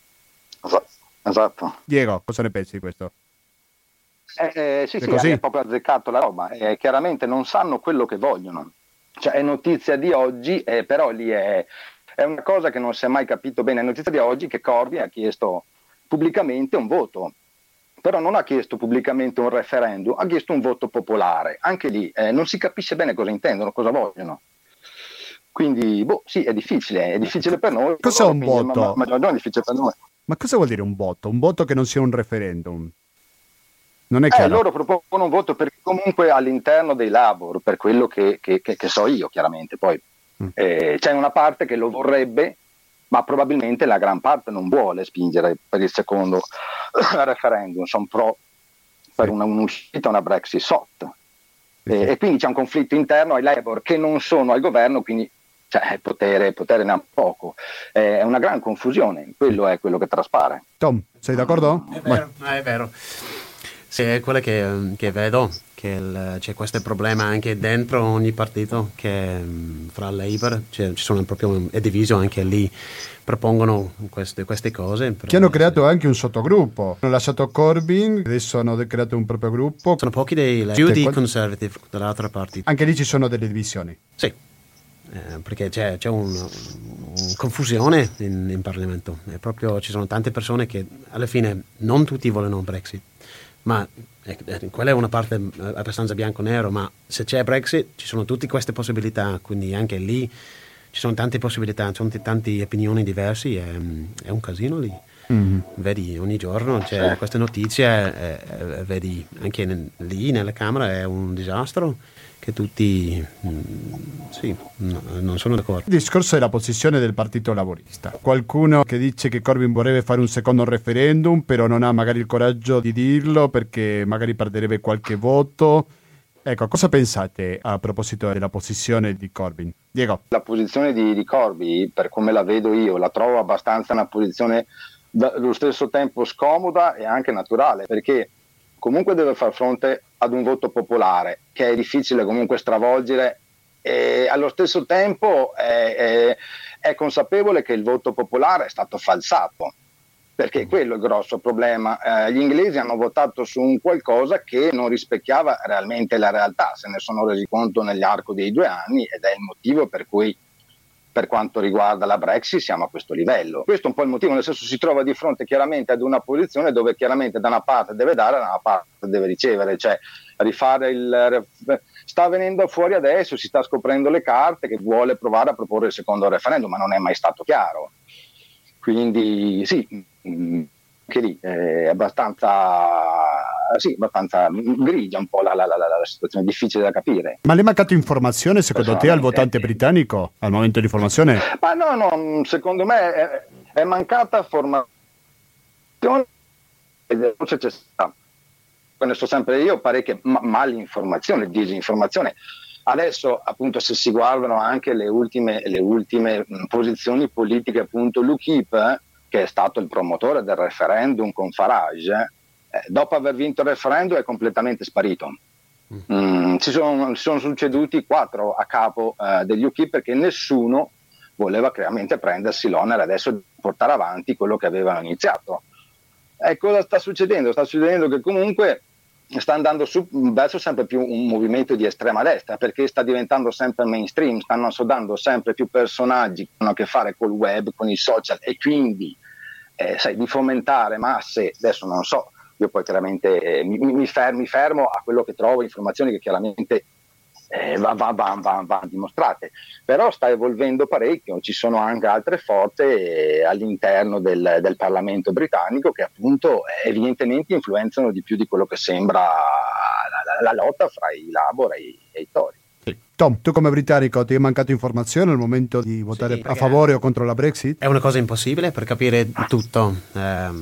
Esatto. Diego, cosa ne pensi di questo? Eh, eh, sì, è sì, così? È proprio azzeccato la roba. Eh, chiaramente non sanno quello che vogliono. Cioè è notizia di oggi, eh, però lì è... È una cosa che non si è mai capito bene. È notizia di oggi che Corbyn ha chiesto pubblicamente un voto, però non ha chiesto pubblicamente un referendum, ha chiesto un voto popolare. Anche lì eh, non si capisce bene cosa intendono, cosa vogliono. Quindi, boh, sì, è difficile, è difficile per noi. Cos'è un voto? Ma, ma, ma non è difficile per noi. Ma cosa vuol dire un voto? Un voto che non sia un referendum? Non è eh, chiaro. Loro propongono un voto perché comunque all'interno dei Labour, per quello che, che, che, che so io, chiaramente, poi. Eh, c'è una parte che lo vorrebbe, ma probabilmente la gran parte non vuole spingere per il secondo referendum, sono pro per una, un'uscita, una Brexit soft. Eh, e quindi c'è un conflitto interno ai Labour che non sono al governo, quindi cioè, potere, potere ne ha poco. Eh, è una gran confusione, quello è quello che traspare. Tom, sei d'accordo? È vero, è vero. Sì, è quello che, che vedo, che il, c'è questo problema anche dentro ogni partito, che fra Labour cioè, ci sono proprio, è diviso anche lì, propongono queste, queste cose. Che hanno creato anche un sottogruppo, hanno lasciato Corbyn, adesso hanno creato un proprio gruppo. Sono pochi dei più di Conservative dall'altra parte. Anche lì ci sono delle divisioni. Sì, eh, perché c'è, c'è un, un confusione in, in Parlamento, è proprio, ci sono tante persone che alla fine non tutti vogliono un Brexit. Ma eh, quella è una parte abbastanza bianco-nero, ma se c'è Brexit ci sono tutte queste possibilità, quindi anche lì ci sono tante possibilità, ci sono t- tante opinioni diverse, è, è un casino lì. Mm-hmm. Vedi, ogni giorno c'è queste notizie, eh, eh, vedi anche n- lì nella Camera è un disastro che tutti mh, sì, no, non sono d'accordo. Il discorso è la posizione del Partito Laburista. Qualcuno che dice che Corbyn vorrebbe fare un secondo referendum, però non ha magari il coraggio di dirlo perché magari perderebbe qualche voto. Ecco, cosa pensate a proposito della posizione di Corbyn? Diego. La posizione di, di Corbyn, per come la vedo io, la trovo abbastanza una posizione allo stesso tempo scomoda e anche naturale, perché comunque deve far fronte ad un voto popolare che è difficile comunque stravolgere, e allo stesso tempo è, è, è consapevole che il voto popolare è stato falsato, perché quello è il grosso problema. Eh, gli inglesi hanno votato su un qualcosa che non rispecchiava realmente la realtà, se ne sono resi conto nell'arco dei due anni, ed è il motivo per cui, per quanto riguarda la Brexit, siamo a questo livello. Questo è un po' il motivo, nel senso si trova di fronte chiaramente ad una posizione dove chiaramente da una parte deve dare, da una parte deve ricevere, cioè rifare il... sta venendo fuori adesso, si sta scoprendo le carte che vuole provare a proporre il secondo referendum, ma non è mai stato chiaro. Quindi sì, che lì è abbastanza, sì, abbastanza grigia un po' la, la, la, la situazione, difficile da capire. Ma le è mancato informazione secondo te al votante britannico al momento di formazione? Ma no, no, secondo me è, è mancata formazione e forse c'è stata, ne so sempre io, parecchie ma- malinformazione, disinformazione. Adesso appunto se si guardano anche le ultime, le ultime mh, posizioni politiche, appunto l'UKIP, eh, che è stato il promotore del referendum con Farage, eh, dopo aver vinto il referendum è completamente sparito. Mm, si, sono, si sono succeduti quattro a capo eh, degli UKIP, perché nessuno voleva chiaramente prendersi l'onere adesso di portare avanti quello che avevano iniziato. E cosa sta succedendo? Sta succedendo che comunque sta andando su verso sempre più un movimento di estrema destra, perché sta diventando sempre mainstream, stanno assodando sempre più personaggi che hanno a che fare col web, con i social, e quindi eh, sai, di fomentare masse, adesso non so, io poi chiaramente eh, mi, mi, fermo, mi fermo a quello che trovo, informazioni che chiaramente eh, va, va, va, va, va dimostrate, però sta evolvendo parecchio, ci sono anche altre forze eh, all'interno del, del Parlamento britannico che appunto eh, evidentemente influenzano di più di quello che sembra la, la, la lotta fra i Labour e i, e i Tory. Tom, tu come britannico ti è mancato informazione al momento di votare sì, a favore o contro la Brexit? È una cosa impossibile per capire tutto. Eh,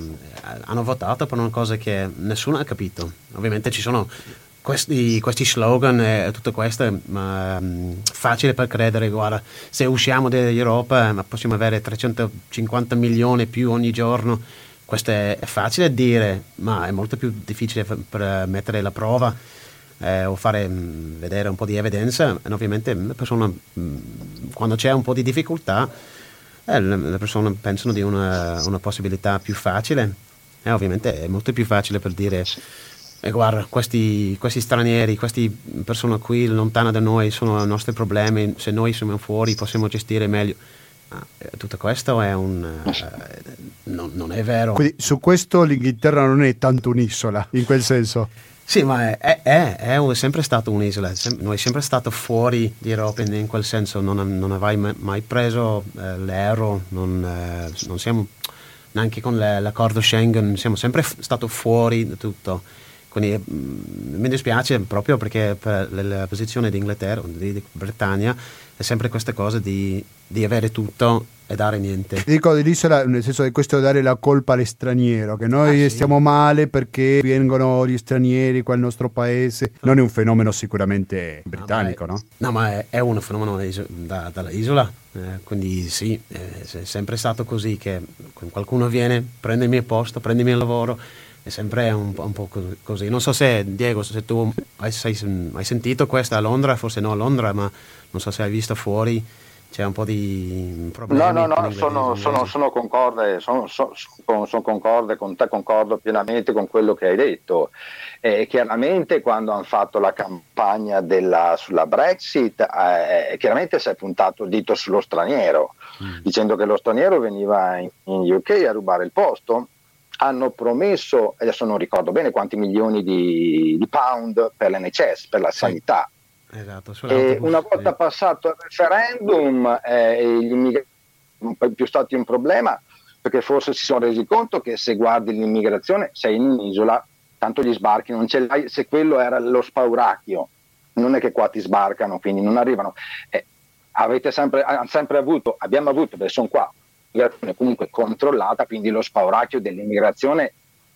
hanno votato per una cosa che nessuno ha capito. Ovviamente ci sono questi, questi slogan e tutto questo, ma um, facile per credere. Guarda, se usciamo dall'Europa possiamo avere trecentocinquanta milioni più ogni giorno. Questo è, è facile dire, ma è molto più difficile per, per mettere la prova. Eh, o fare mh, vedere un po' di evidenza, e ovviamente le persone mh, quando c'è un po' di difficoltà eh, le, le persone pensano di una, una possibilità più facile, e eh, ovviamente è molto più facile per dire eh, guarda, questi, questi stranieri, queste persone qui lontane da noi sono i nostri problemi, se noi siamo fuori possiamo gestire meglio. Ah, tutto questo è un eh, non, non è vero. Quindi su questo l'Inghilterra non è tanto un'isola in quel senso. Sì, ma è, è, è, è sempre stato un'isola, sem- noi è sempre stato fuori di Europa in, in quel senso, non, non avrai mai preso eh, l'euro, non, eh, non siamo neanche con le, l'accordo Schengen, siamo sempre f- stato fuori da tutto. Quindi mh, mi dispiace proprio perché per la, la posizione di Inghilterra, di, di Britannia, è sempre questa cosa di, di avere tutto e dare niente. Dico dell'isola nel senso di questo, dare la colpa all'estraniero, che noi ah, sì. stiamo male perché vengono gli stranieri qua al nostro paese. Non è un fenomeno sicuramente britannico, no? No, no, ma è, è un fenomeno da, dall'isola, eh, quindi sì, è, è sempre stato così, che qualcuno viene, prende il mio posto, prende il mio lavoro, è sempre un, un po' così. Non so se, Diego, se tu hai, hai sentito questo a Londra, forse no a Londra, ma non so se hai visto fuori, c'è un po' di problemi. No, no, no, sono, sono, sono concorde, sono, sono, sono concorde con te, concordo pienamente con quello che hai detto. E chiaramente quando hanno fatto la campagna della, sulla Brexit, eh, chiaramente si è puntato il dito sullo straniero, mm. dicendo che lo straniero veniva in, in U K a rubare il posto. Hanno promesso, adesso non ricordo bene quanti milioni di, di pound per l'N H S, per la sanità. Esatto, e una volta sì. passato il referendum eh, gli immigrati non è più stato un problema, perché forse si sono resi conto che se guardi l'immigrazione sei in un'isola, tanto gli sbarchi non ce l'hai, se quello era lo spauracchio, non è che qua ti sbarcano, quindi non arrivano. Eh, avete sempre, sempre avuto, abbiamo avuto, perché sono qua, comunque controllata, quindi lo spauracchio dell'immigrazione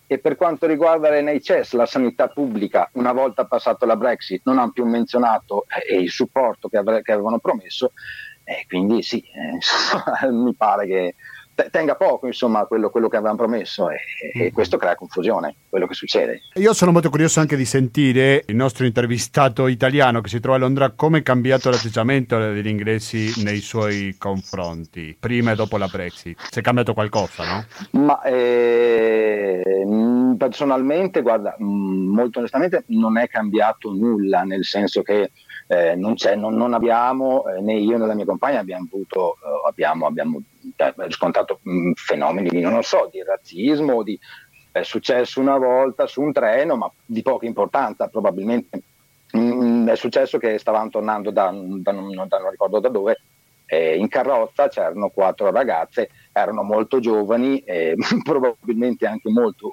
E per quanto riguarda l'N H S, la sanità pubblica, una volta passato la Brexit, non hanno più menzionato eh, il supporto che, avre- che avevano promesso, e quindi sì, eh, insomma, mi pare che tenga poco, insomma, quello, quello che avevamo promesso, e, e questo crea confusione, quello che succede. Io sono molto curioso anche di sentire il nostro intervistato italiano che si trova a Londra, come è cambiato l'atteggiamento degli inglesi nei suoi confronti, prima e dopo la Brexit. Si è cambiato qualcosa, no? Ma eh, personalmente, guarda, molto onestamente non è cambiato nulla, nel senso che Eh, non, c'è, non, non abbiamo, eh, né io né la mia compagna abbiamo avuto, eh, abbiamo, abbiamo eh, riscontrato mh, fenomeni di, non lo so, di razzismo, di, è successo una volta su un treno, ma di poca importanza probabilmente. Mh, è successo che stavamo tornando da, da, non, da non ricordo da dove, eh, in carrozza c'erano quattro ragazze, erano molto giovani, eh, probabilmente anche molto,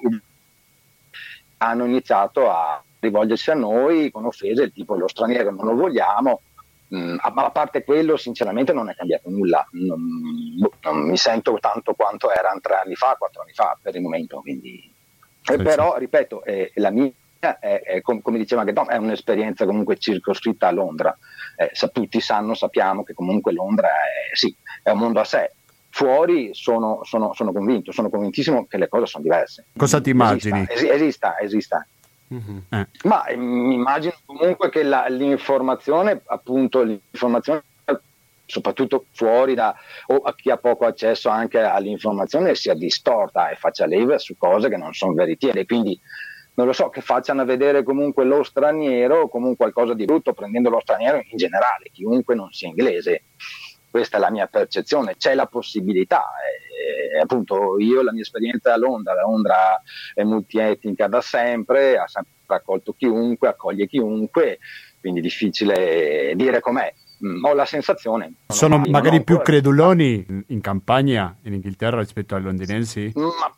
hanno iniziato a rivolgersi a noi con offese tipo lo straniero non lo vogliamo, mm, ma a parte quello sinceramente non è cambiato nulla, non, non mi sento tanto quanto erano tre anni fa, quattro anni fa per il momento, quindi sì, eh, però sì. Ripeto, eh, la mia è, è com- come diceva anche Tom, è un'esperienza comunque circoscritta a Londra, eh, sa, tutti sanno, sappiamo che comunque Londra è, sì, è un mondo a sé. Fuori sono, sono, sono convinto, sono convintissimo che le cose sono diverse. Cosa ti immagini? Esista, esista, esista. Mm-hmm. Eh. Ma eh, mi immagino comunque che la, l'informazione, appunto, l'informazione soprattutto fuori da, o a chi ha poco accesso anche all'informazione, sia distorta e faccia leva su cose che non sono veritiere, quindi non lo so, che facciano vedere comunque lo straniero come qualcosa di brutto, prendendo lo straniero in generale, chiunque non sia inglese. Questa è la mia percezione, c'è la possibilità, eh, appunto io la mia esperienza a Londra, la Londra è multietnica da sempre, ha sempre accolto chiunque, accoglie chiunque, quindi difficile dire com'è. Mm, ho la sensazione. Sono mai, magari più ancora... creduloni in campagna in Inghilterra rispetto ai londinensi? Ma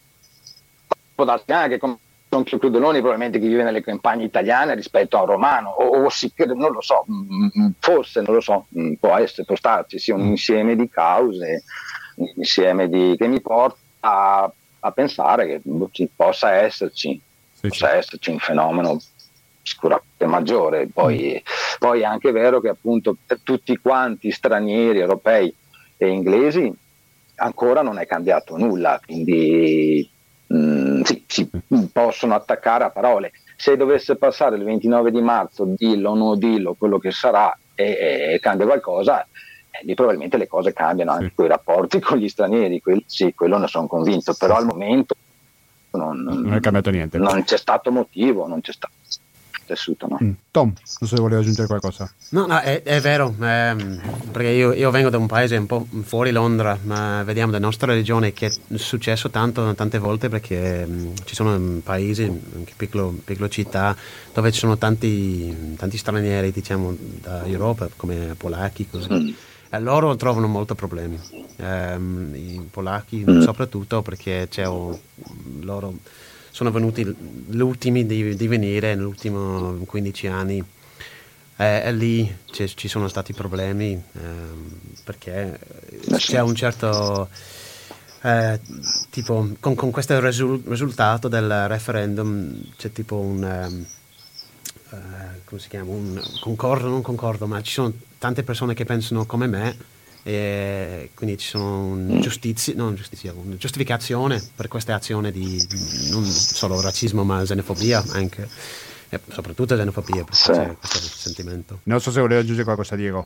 può darsi anche come sono più creduloni probabilmente chi vive nelle campagne italiane rispetto a un romano, o, o si, non lo so, forse non lo so, può essere, può starci, sia un insieme di cause, un insieme di, che mi porta a, a pensare che ci possa esserci, sì, possa sì. esserci un fenomeno sicuramente maggiore. Poi, mm. poi è anche vero che appunto per tutti quanti stranieri, europei e inglesi ancora non è cambiato nulla, quindi Mm, sì, si possono attaccare a parole. Se dovesse passare il ventinove di marzo, dillo o non dillo, quello che sarà, e, e cambia qualcosa, eh, lì probabilmente le cose cambiano anche sì. Con i rapporti con gli stranieri, quel, sì, quello ne sono convinto, però al momento non, non è cambiato niente. Non c'è stato motivo, non c'è stato tessuto, no? Mm. Tom, non so se volevi aggiungere qualcosa. No, no, è, è vero, ehm, perché io, io vengo da un paese un po' fuori Londra, ma vediamo da nostra regione che è successo tanto, tante volte, perché mh, ci sono paesi, anche piccolo, piccole città, dove ci sono tanti, tanti stranieri, diciamo, da Europa, come polacchi, così. Mm. E loro trovano molti problemi, ehm, i polacchi mm. soprattutto, perché c'è un, loro sono venuti gli ultimi di, di venire negli ultimi quindici anni, e, e lì ci sono stati problemi, ehm, perché c'è un certo eh, tipo con, con questo risul, risultato del referendum c'è tipo un um, uh, come si chiama, un concordo, non concordo, ma ci sono tante persone che pensano come me, e quindi ci sono un giustizia, non giustizia, una giustificazione per queste azioni di, di non solo razzismo ma xenofobia anche, e soprattutto xenofobia, perché sì. C'è questo sentimento. Non so se volevo aggiungere qualcosa, Diego.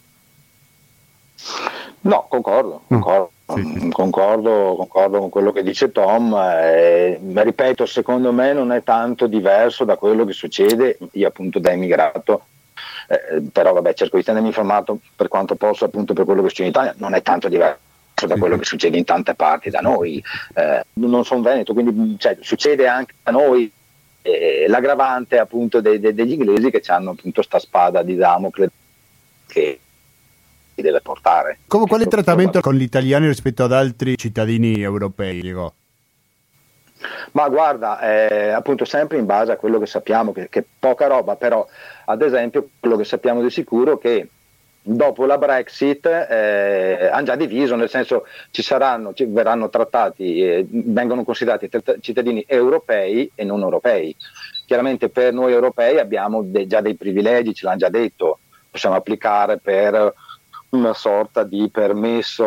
No, concordo, concordo, mm. sì, sì. concordo, concordo con quello che dice Tom, eh, ripeto, secondo me non è tanto diverso da quello che succede, io appunto da immigrato. Eh, però vabbè, cerco di tenermi informato per quanto posso, appunto, per quello che succede in Italia, non è tanto diverso da quello che succede in tante parti da noi, eh, non sono veneto, quindi cioè, succede anche da noi, eh, l'aggravante appunto de- de- degli inglesi che hanno appunto sta spada di Damocle che si deve portare. Come, qual è il trattamento con gli italiani rispetto ad altri cittadini europei, Diego? Ma guarda, eh, appunto sempre in base a quello che sappiamo, che, che poca roba, però ad esempio quello che sappiamo di sicuro è che dopo la Brexit eh, hanno già diviso, nel senso ci saranno, ci verranno trattati, eh, vengono considerati t- cittadini europei e non europei. Chiaramente per noi europei abbiamo de- già dei privilegi, ce l'hanno già detto, possiamo applicare per una sorta di permesso,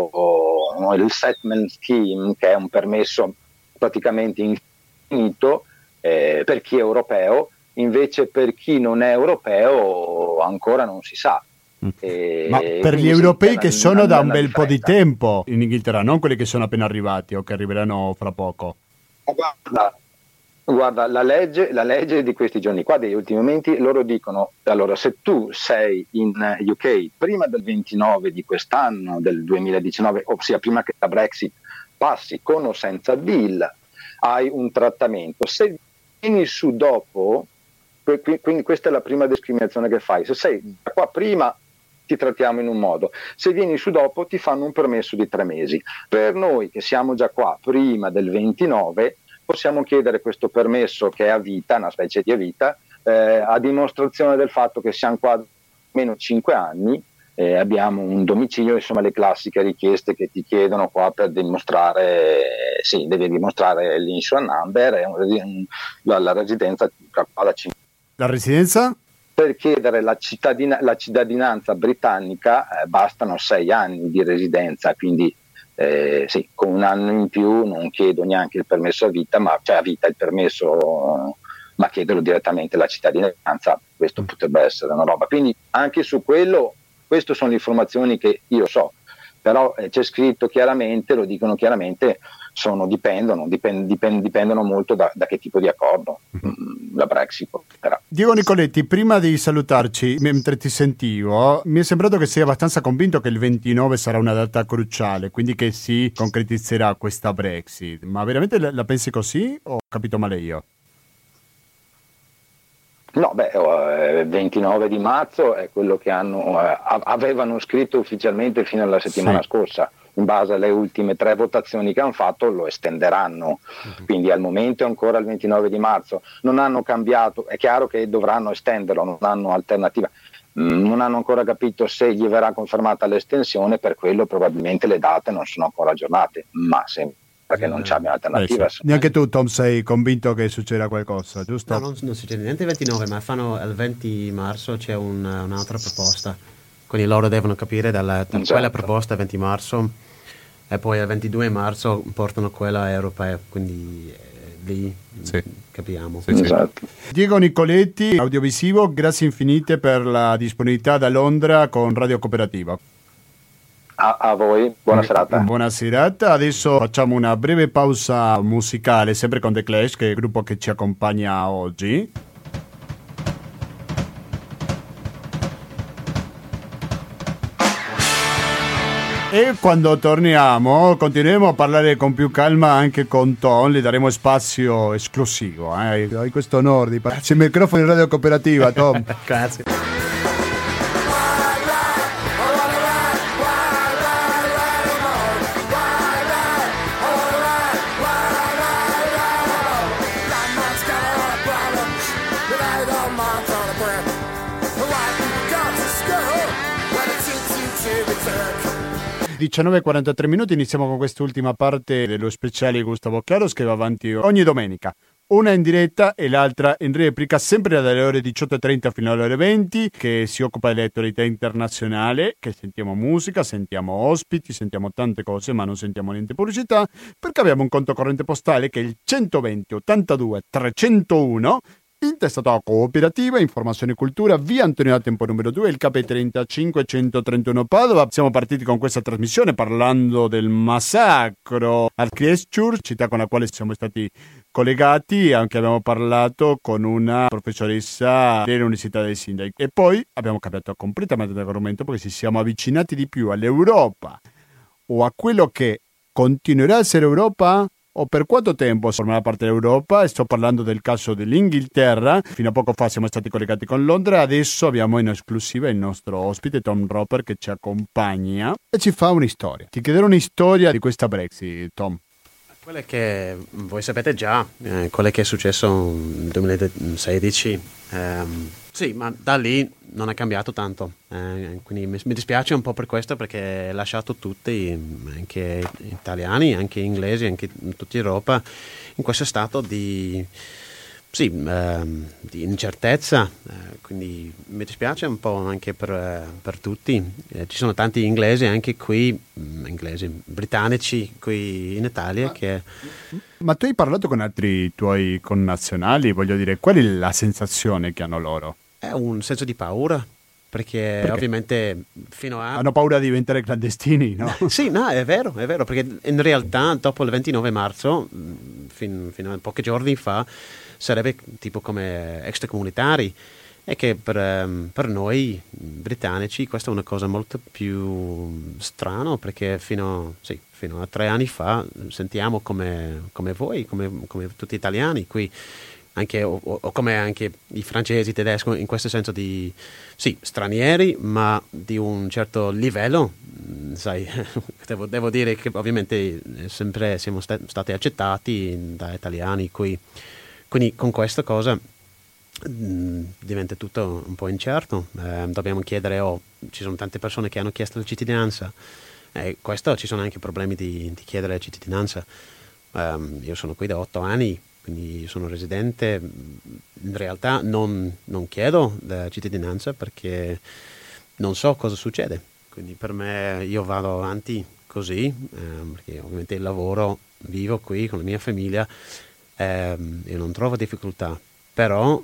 o, il settlement scheme, che è un permesso praticamente infinito eh, per chi è europeo, invece per chi non è europeo ancora non si sa. E ma per gli europei che sono da un bel po' di tempo in Inghilterra, non quelli che sono appena arrivati o che arriveranno fra poco. Guarda, guarda la, legge, la legge di questi giorni qua, degli ultimi momenti, loro dicono, allora se tu sei in U K prima del ventinove di quest'anno, del duemiladiciannove, ossia prima che la Brexit passi con o senza deal, hai un trattamento. Se vieni su dopo, quindi questa è la prima discriminazione che fai, se sei da qua prima ti trattiamo in un modo, se vieni su dopo ti fanno un permesso di tre mesi. Per noi che siamo già qua prima del ventinove possiamo chiedere questo permesso che è a vita, una specie di a vita, eh, a dimostrazione del fatto che siamo qua almeno cinque anni, eh, abbiamo un domicilio, insomma le classiche richieste che ti chiedono qua per dimostrare, eh, sì, devi dimostrare l'insurance number e un, un, la, la residenza alla cinque. La residenza? Per chiedere la, cittadina, la cittadinanza britannica eh, bastano sei anni di residenza, quindi eh, sì, con un anno in più non chiedo neanche il permesso a vita, ma cioè a vita il permesso, ma chiederlo direttamente la cittadinanza, questo potrebbe essere una roba. Quindi anche su quello, queste sono le informazioni che io so, però eh, c'è scritto chiaramente, lo dicono chiaramente, sono, dipendono, dipend, dipend, dipendono molto da, da che tipo di accordo mm-hmm. la Brexit porterà. Diego Nicoletti, prima di salutarci, mentre ti sentivo, mi è sembrato che sei abbastanza convinto che il ventinove sarà una data cruciale, quindi che si concretizzerà questa Brexit, ma veramente la, la pensi così o ho capito male io? No, beh, eh, ventinove di marzo è quello che hanno, eh, avevano scritto ufficialmente fino alla settimana sì. scorsa. In base alle ultime tre votazioni che hanno fatto lo estenderanno, uh-huh. quindi al momento è ancora il ventinove di marzo, non hanno cambiato, è chiaro che dovranno estenderlo, non hanno alternativa, mm, non hanno ancora capito se gli verrà confermata l'estensione, per quello probabilmente le date non sono ancora aggiornate, ma sempre perché non c'è alternativa. Eh sì. Neanche tu, Tom, sei convinto che succederà qualcosa, giusto? No, non, non succede niente il ventinove, ma fanno il venti marzo c'è un, un'altra proposta, quindi loro devono capire dalla, da certo. quella proposta venti marzo e poi il ventidue marzo portano quella europea, quindi eh, lì sì. capiamo. Sì, sì. Esatto. Diego Nicoletti, audiovisivo, grazie infinite per la disponibilità da Londra con Radio Cooperativa. A, a voi, buona serata. Buona serata, adesso facciamo una breve pausa musicale, sempre con The Clash, che è il gruppo che ci accompagna oggi. E quando torniamo continueremo a parlare con più calma anche con Tom, le daremo spazio esclusivo. Eh. Hai questo onore di parlare il microfono in Radio Cooperativa, Tom. Grazie. diciannove e quarantatré minuti, iniziamo con quest'ultima parte dello speciale Gustavo Claros che va avanti ogni domenica, una in diretta e l'altra in replica, sempre dalle ore diciotto e trenta fino alle ore venti, che si occupa dell'attualità internazionale, che sentiamo musica, sentiamo ospiti, sentiamo tante cose, ma non sentiamo niente pubblicità, perché abbiamo un conto corrente postale che è il centoventi ottantadue trecentouno, intestato a Cooperativa, Informazione e Cultura, via Antonio da Tempo numero due, il K trentacinque centotrentuno Padova. Siamo partiti con questa trasmissione parlando del massacro al Christchurch, città con la quale siamo stati collegati, anche abbiamo parlato con una professoressa dell'Università dei Sindaci e poi abbiamo cambiato completamente l'argomento perché ci siamo avvicinati di più all'Europa o a quello che continuerà a essere Europa o per quanto tempo formerà parte dell'Europa, e sto parlando del caso dell'Inghilterra. Fino a poco fa siamo stati collegati con Londra, adesso abbiamo in esclusiva il nostro ospite Tom Roper che ci accompagna e ci fa una storia. Ti chiederò una storia di questa Brexit, Tom. Quello che voi sapete già, eh, quello che è successo nel duemilasedici, ehm, sì, ma da lì non è cambiato tanto, eh, quindi mi, mi dispiace un po' per questo, perché ho lasciato tutti, anche italiani, anche inglesi, anche in tutta Europa, in questo stato di, sì, ehm, di incertezza, eh, quindi mi dispiace un po' anche per, eh, per tutti. Eh, ci sono tanti inglesi anche qui, mh, inglesi britannici qui in Italia che... Ma tu hai parlato con altri tuoi connazionali, voglio dire, qual è la sensazione che hanno loro? È un senso di paura, perché, perché? ovviamente fino a... Hanno paura di diventare clandestini, no? Sì, no, è vero, è vero, perché in realtà dopo il ventinove marzo, fin, fino a pochi giorni fa, sarebbe tipo come extracomunitari, e che per, per noi britannici questa è una cosa molto più strana, perché fino, sì, fino a tre anni fa sentiamo come, come voi, come, come tutti gli italiani qui, anche, o, o come anche i francesi, i tedeschi, in questo senso di, sì, stranieri, ma di un certo livello, sai, devo, devo dire che ovviamente sempre siamo st- stati accettati da italiani qui, quindi con questa cosa mh, diventa tutto un po' incerto, eh, dobbiamo chiedere, oh, ci sono tante persone che hanno chiesto la cittadinanza, e questo ci sono anche problemi di, di chiedere la cittadinanza. Um, io sono qui da otto anni, quindi sono residente, in realtà non, non chiedo la cittadinanza perché non so cosa succede, quindi per me io vado avanti così, ehm, perché ovviamente lavoro, vivo qui con la mia famiglia, ehm, e non trovo difficoltà, però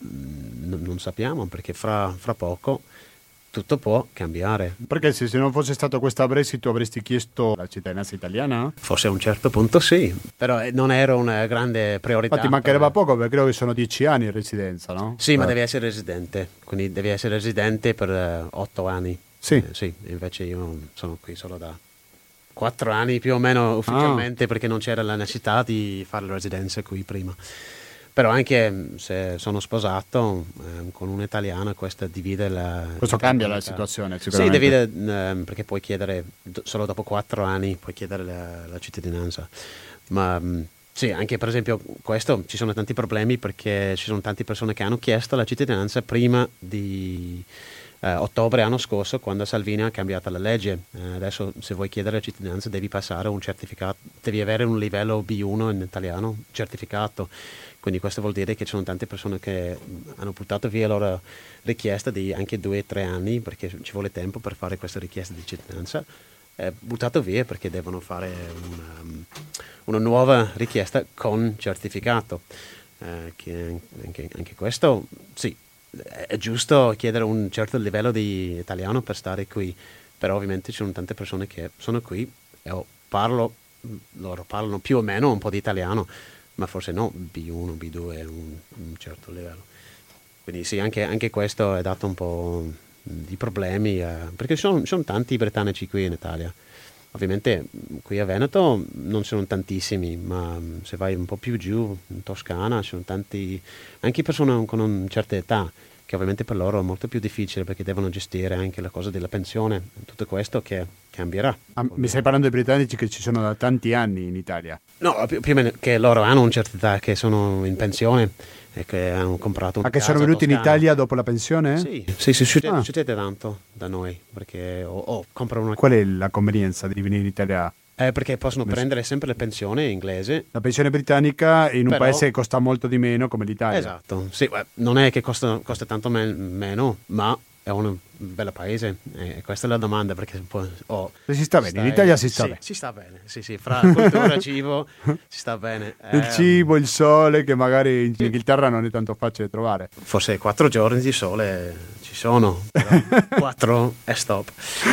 mh, non sappiamo, perché fra, fra poco tutto può cambiare. Perché se, se non fosse stato questa Brexit tu avresti chiesto la cittadinanza italiana? Forse a un certo punto sì, però non era una grande priorità. Infatti mancherebbe poco, perché credo che sono dieci anni in residenza, no? Sì, eh. ma devi essere residente, quindi devi essere residente per uh, otto anni. Sì. Eh, sì, invece io sono qui solo da quattro anni più o meno ufficialmente, ah. perché non c'era la necessità di fare la residenza qui prima. Però anche se sono sposato eh, con un'italiana, questa divide la... Questo cambia la situazione, sicuramente. Sì, divide, eh, perché puoi chiedere, solo dopo quattro anni puoi chiedere la, la cittadinanza. Ma mh, sì, anche per esempio questo, ci sono tanti problemi, perché ci sono tante persone che hanno chiesto la cittadinanza prima di... Uh, ottobre anno scorso, quando Salvini ha cambiato la legge. Uh, adesso se vuoi chiedere la cittadinanza devi passare un certificato, devi avere un livello B uno in italiano certificato, quindi questo vuol dire che ci sono tante persone che hanno buttato via la loro richiesta di anche due o tre anni, perché ci vuole tempo per fare questa richiesta di cittadinanza, è buttato via perché devono fare una, una nuova richiesta con certificato. Uh, che anche, anche questo sì, è giusto chiedere un certo livello di italiano per stare qui, però ovviamente ci sono tante persone che sono qui e oh, parlo, loro parlano più o meno un po' di italiano, ma forse no B uno, B due, un, un certo livello. Quindi sì, anche, anche questo è dato un po' di problemi, eh, perché ci sono, ci sono tanti britannici qui in Italia. Ovviamente qui a Veneto non sono tantissimi, ma se vai un po' più giù, in Toscana, ci sono tanti, anche persone con una certa età, che ovviamente per loro è molto più difficile, perché devono gestire anche la cosa della pensione, tutto questo che cambierà. Ah, mi stai parlando dei britannici che ci sono da tanti anni in Italia? No, più, più o meno che loro hanno una certa età, che sono in pensione e che hanno comprato una Ma che casa sono venuti toscana. in Italia dopo la pensione? Sì, sì, sì, succede, ah. succede tanto da noi, perché o, o comprano una... Qual è la convenienza di venire in Italia? Eh, perché possono prendere sempre la pensione inglese. La pensione britannica in un Però... paese che costa molto di meno come l'Italia. Esatto, sì, beh, non è che costa, costa tanto me- meno, ma è un bel paese, e questa è la domanda, perché poi, oh, si sta bene, stai, in Italia si sta sì, bene. Si sta bene, sì, sì, fra cultura e cibo si sta bene. Il eh, cibo, il sole, che magari in Inghilterra non è tanto facile trovare. Forse quattro giorni di sole ci sono, però quattro e stop.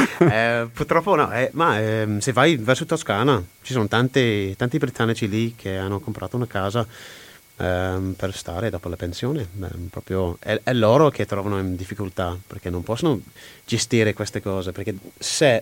Eh, purtroppo no, eh, ma eh, se vai verso Toscana ci sono tanti, tanti britannici lì che hanno comprato una casa Um, per stare dopo la pensione. Um, proprio è, è loro che trovano in difficoltà, perché non possono gestire queste cose, perché se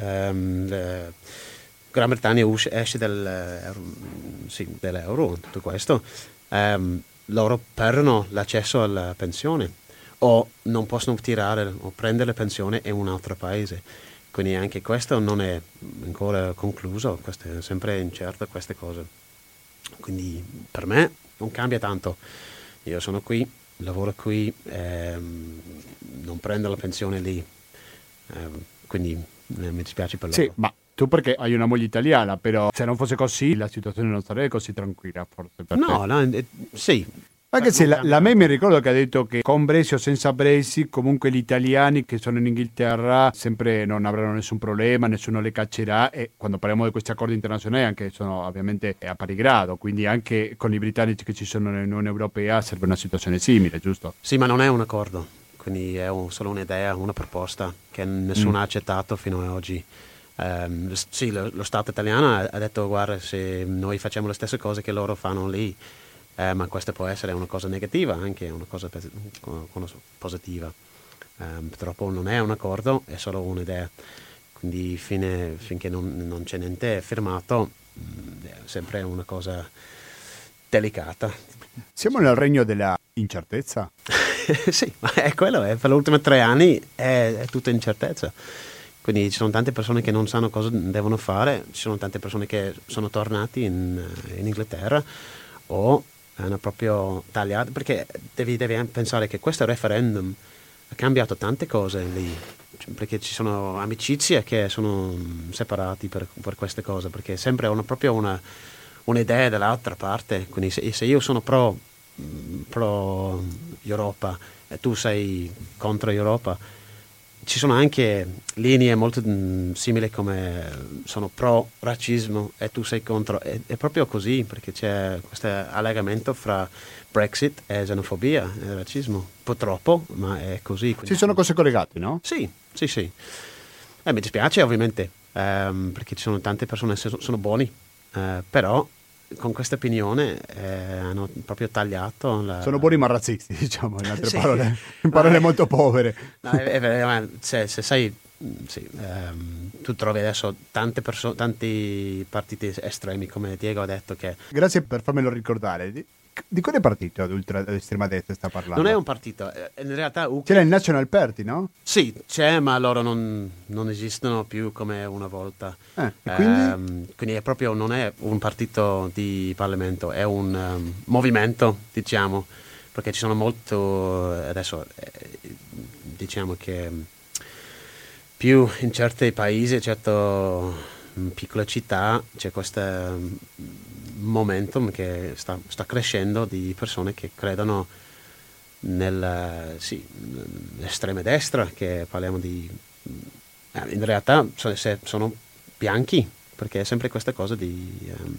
um, la Gran Bretagna us- esce del, uh, sì, dell'euro, tutto questo, um, loro perdono l'accesso alla pensione, o non possono tirare o prendere la pensione in un altro paese. Quindi anche questo non è ancora concluso, questo è sempre incerto queste cose. Quindi per me non cambia tanto. Io sono qui, lavoro qui, ehm, non prendo la pensione lì, ehm, quindi eh, mi dispiace per loro. Sì, ma tu perché hai una moglie italiana, però se non fosse così la situazione non sarebbe così tranquilla forse per No, te. no, eh, sì. Anche Beh, se non la, cambia la me tanto. mi ricordo che ha detto che con Brexit o senza Brexit comunque gli italiani che sono in Inghilterra sempre non avranno nessun problema, nessuno le caccerà, e quando parliamo di questi accordi internazionali anche sono ovviamente a pari grado, quindi anche con i britannici che ci sono nell'Unione Europea serve una situazione simile, giusto? Sì, ma non è un accordo, quindi è un- solo un'idea, una proposta che nessuno Mm. ha accettato fino ad oggi. Ehm, l- sì, lo, lo Stato italiano ha, ha detto guarda, se noi facciamo le stesse cose che loro fanno lì, eh, ma questa può essere una cosa negativa, anche una cosa pes- co- co- positiva. Ehm, purtroppo non è un accordo, è solo un'idea, quindi fine- finché non, non c'è niente firmato, mh, è sempre una cosa delicata. Siamo nel regno della incertezza. Sì, ma è quello, è, per gli ultimi tre anni è, è tutta incertezza. Quindi ci sono tante persone che non sanno cosa devono fare, ci sono tante persone che sono tornati in, in Inghilterra o hanno proprio tagliato, perché devi, devi pensare che questo referendum ha cambiato tante cose lì, cioè, perché ci sono amicizie che sono separati per, per queste cose, perché è sempre una, proprio una, un'idea dall'altra parte. Quindi se, se io sono pro, pro Europa e tu sei contro Europa, ci sono anche linee molto mh, simili, come sono pro razzismo e tu sei contro, è, è proprio così, perché c'è questo allegamento fra Brexit e xenofobia e razzismo, purtroppo, ma è così. Ci sono cose collegate, no? Sì, sì, sì. Eh, mi dispiace ovviamente, ehm, perché ci sono tante persone che sono buoni, eh, però con questa opinione eh, hanno proprio tagliato la... Sono buoni ma razzisti, diciamo, in altre Sì. parole, in parole No, molto povere. No, è, è vero, ma se, se sai, sì, ehm, tu trovi adesso tante perso- tanti partiti estremi, come Diego ha detto, che Grazie per farmelo ricordare. Di, di quale partito d'estrema destra sta parlando? non è un partito, eh, in realtà U K C'era il National Party, no? sì, c'è, ma loro non, non esistono più come una volta. Eh, e quindi? Ehm, quindi è proprio, non è un partito di Parlamento, è un um, movimento, diciamo, perché ci sono molto, adesso eh, diciamo che più in certi paesi, in certe piccole città, c'è questo um, momentum che sta, sta crescendo di persone che credono nel, sì, nell'estrema destra, che parliamo di... eh, in realtà sono, se- sono bianchi, perché è sempre questa cosa di... ehm,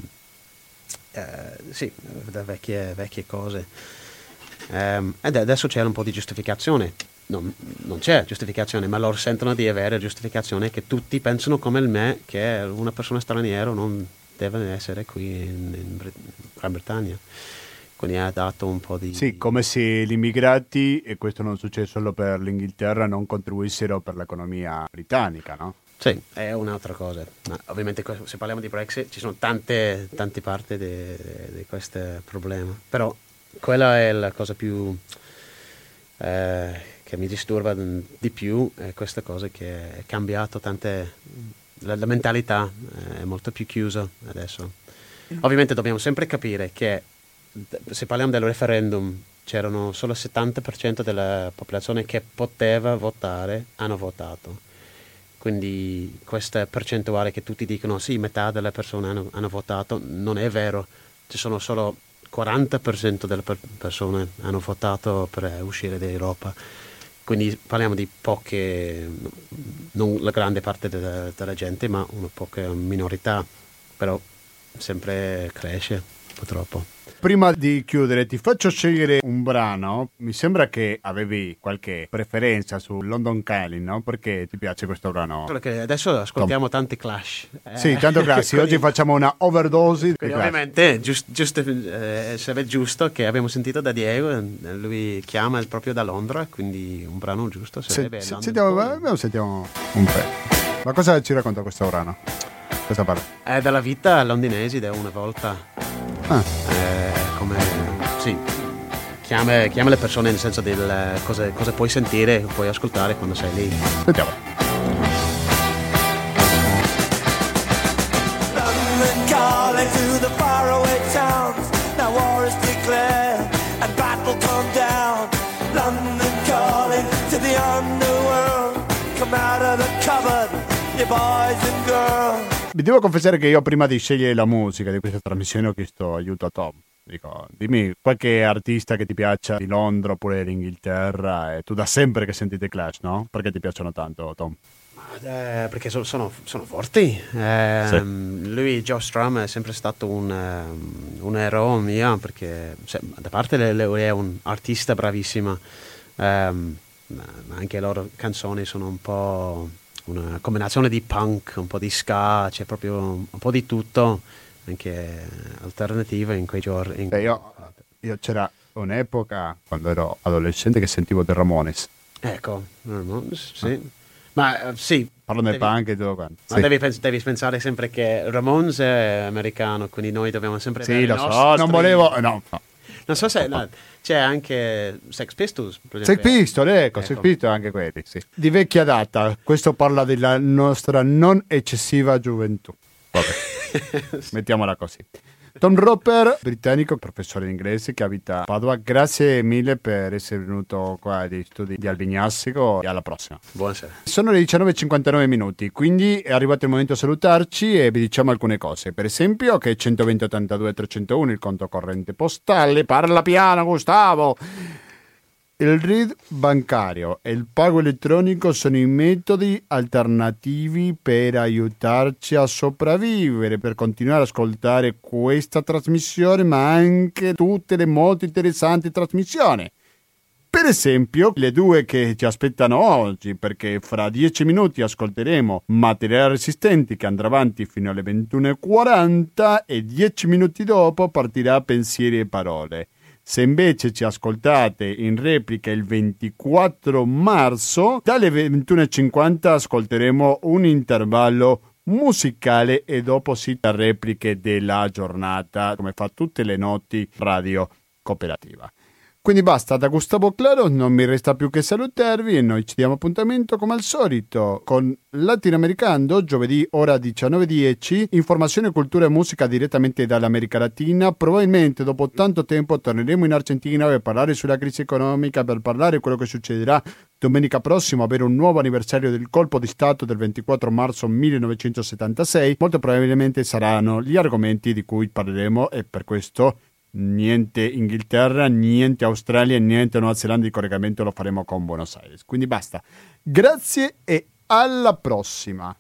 eh, sì, da vecchie, vecchie cose. Ehm, ed adesso c'è un po' di giustificazione. Non, non c'è giustificazione, ma loro sentono di avere giustificazione, che tutti pensano come me, che una persona straniera non deve essere qui in, in Brit- Gran Bretagna. Quindi ha dato un po' di... Sì, come se gli immigrati, e questo non succede solo per l'Inghilterra, non contribuissero per l'economia britannica, no? Sì, è un'altra cosa. Ma ovviamente que- se parliamo di Brexit ci sono tante, tante parti di questo problema. Però quella è la cosa più eh, che mi disturba di più, è questa cosa che è cambiato tante... La, la mentalità è molto più chiusa adesso. Ovviamente dobbiamo sempre capire che se parliamo del referendum, c'erano solo il settanta per cento della popolazione che poteva votare, hanno votato. Quindi questa percentuale che tutti dicono sì, metà delle persone hanno, hanno votato, non è vero. Ci sono solo quaranta per cento delle per- persone hanno votato per uscire dall'Europa. Quindi parliamo di poche, non la grande parte della, della gente, ma una poca minorità, però sempre cresce, purtroppo. Prima di chiudere ti faccio scegliere un brano. Mi sembra che avevi qualche preferenza su London Calling, no? Perché ti piace questo brano? Solo che adesso ascoltiamo tanti Clash. Eh, Sì, tanto grazie. Oggi quindi- facciamo una overdose di quindi Clash. ovviamente giust, giusto, eh, sarebbe giusto che abbiamo sentito da Diego, eh, lui chiama proprio da Londra, quindi un brano giusto Se- sarebbe se- London sentiamo, Calling. eh, sentiamo un po'. Ma cosa ci racconta questo brano? Cosa parla? È dalla vita londinese da una volta. Ah. Eh, come sì, chiama, chiama le persone nel senso del cosa, cosa puoi sentire, puoi ascoltare quando sei lì. Sentiamo. calling to the faraway towns. Now war is declared and battle come down. London calling to the underworld. Come out of the cupboard, you boys and girls. Vi devo confessare che io prima di scegliere la musica di questa trasmissione ho chiesto aiuto a Tom. Dico, dimmi qualche artista che ti piaccia di Londra oppure d'Inghilterra, e tu da sempre che sentite Clash, no? Perché ti piacciono tanto, Tom? Eh, perché so, sono, sono forti. Eh, sì. Lui, Joe Strum, è sempre stato un, um, un eroe mio, perché se, da parte lui è un artista bravissimo, um, ma anche le loro canzoni sono un po' una combinazione di punk, un po' di ska, c'è proprio un, un po' di tutto, anche alternativa in quei giorni. Beh, io, io c'era un'epoca quando ero adolescente che sentivo The Ramones. Ecco, Ramones, sì. Ma uh, sì, parlo del devi, punk e tutto quanto. Ma sì. devi, pens- devi pensare sempre che Ramones è americano, quindi noi dobbiamo sempre sì, avere lo i so, nostri... non volevo no, no. Non so se no, c'è anche Sex Pistols, per Sex esempio. Pistols, ecco, ecco. Sex Pistols anche quelli, sì. Di vecchia data, questo parla della nostra non eccessiva gioventù. Vabbè, sì. Mettiamola così. Tom Roper, britannico, professore di inglese che abita a Padova, grazie mille per essere venuto qua agli studi di Albignassico e alla prossima. Buonasera. Sono le diciannove e cinquantanove minuti, quindi è arrivato il momento di salutarci e vi diciamo alcune cose. Per esempio che centoventi ottantadue trecentouno il conto corrente postale, parla piano Gustavo! Il R I D bancario e il pago elettronico sono i metodi alternativi per aiutarci a sopravvivere, per continuare ad ascoltare questa trasmissione, ma anche tutte le molto interessanti trasmissioni. Per esempio, le due che ci aspettano oggi, perché fra dieci minuti ascolteremo Materiali Resistenti che andrà avanti fino alle ventuno e quaranta e dieci minuti dopo partirà Pensieri e Parole. Se invece ci ascoltate in replica il ventiquattro marzo, dalle ventuno e cinquanta ascolteremo un intervallo musicale e dopo sì repliche della giornata, come fa tutte le notti Radio Cooperativa. Quindi basta, da Gustavo Claro non mi resta più che salutarvi e noi ci diamo appuntamento come al solito con Latinoamericano, giovedì ora diciannove e dieci, informazione, cultura e musica direttamente dall'America Latina. Probabilmente dopo tanto tempo torneremo in Argentina per parlare sulla crisi economica, per parlare di quello che succederà domenica prossima, avere un nuovo anniversario del colpo di Stato del ventiquattro marzo millenovecentosettantasei. Molto probabilmente saranno gli argomenti di cui parleremo e per questo niente Inghilterra, niente Australia, niente Nuova Zelanda, di collegamento lo faremo con Buenos Aires. Quindi basta. Grazie e alla prossima.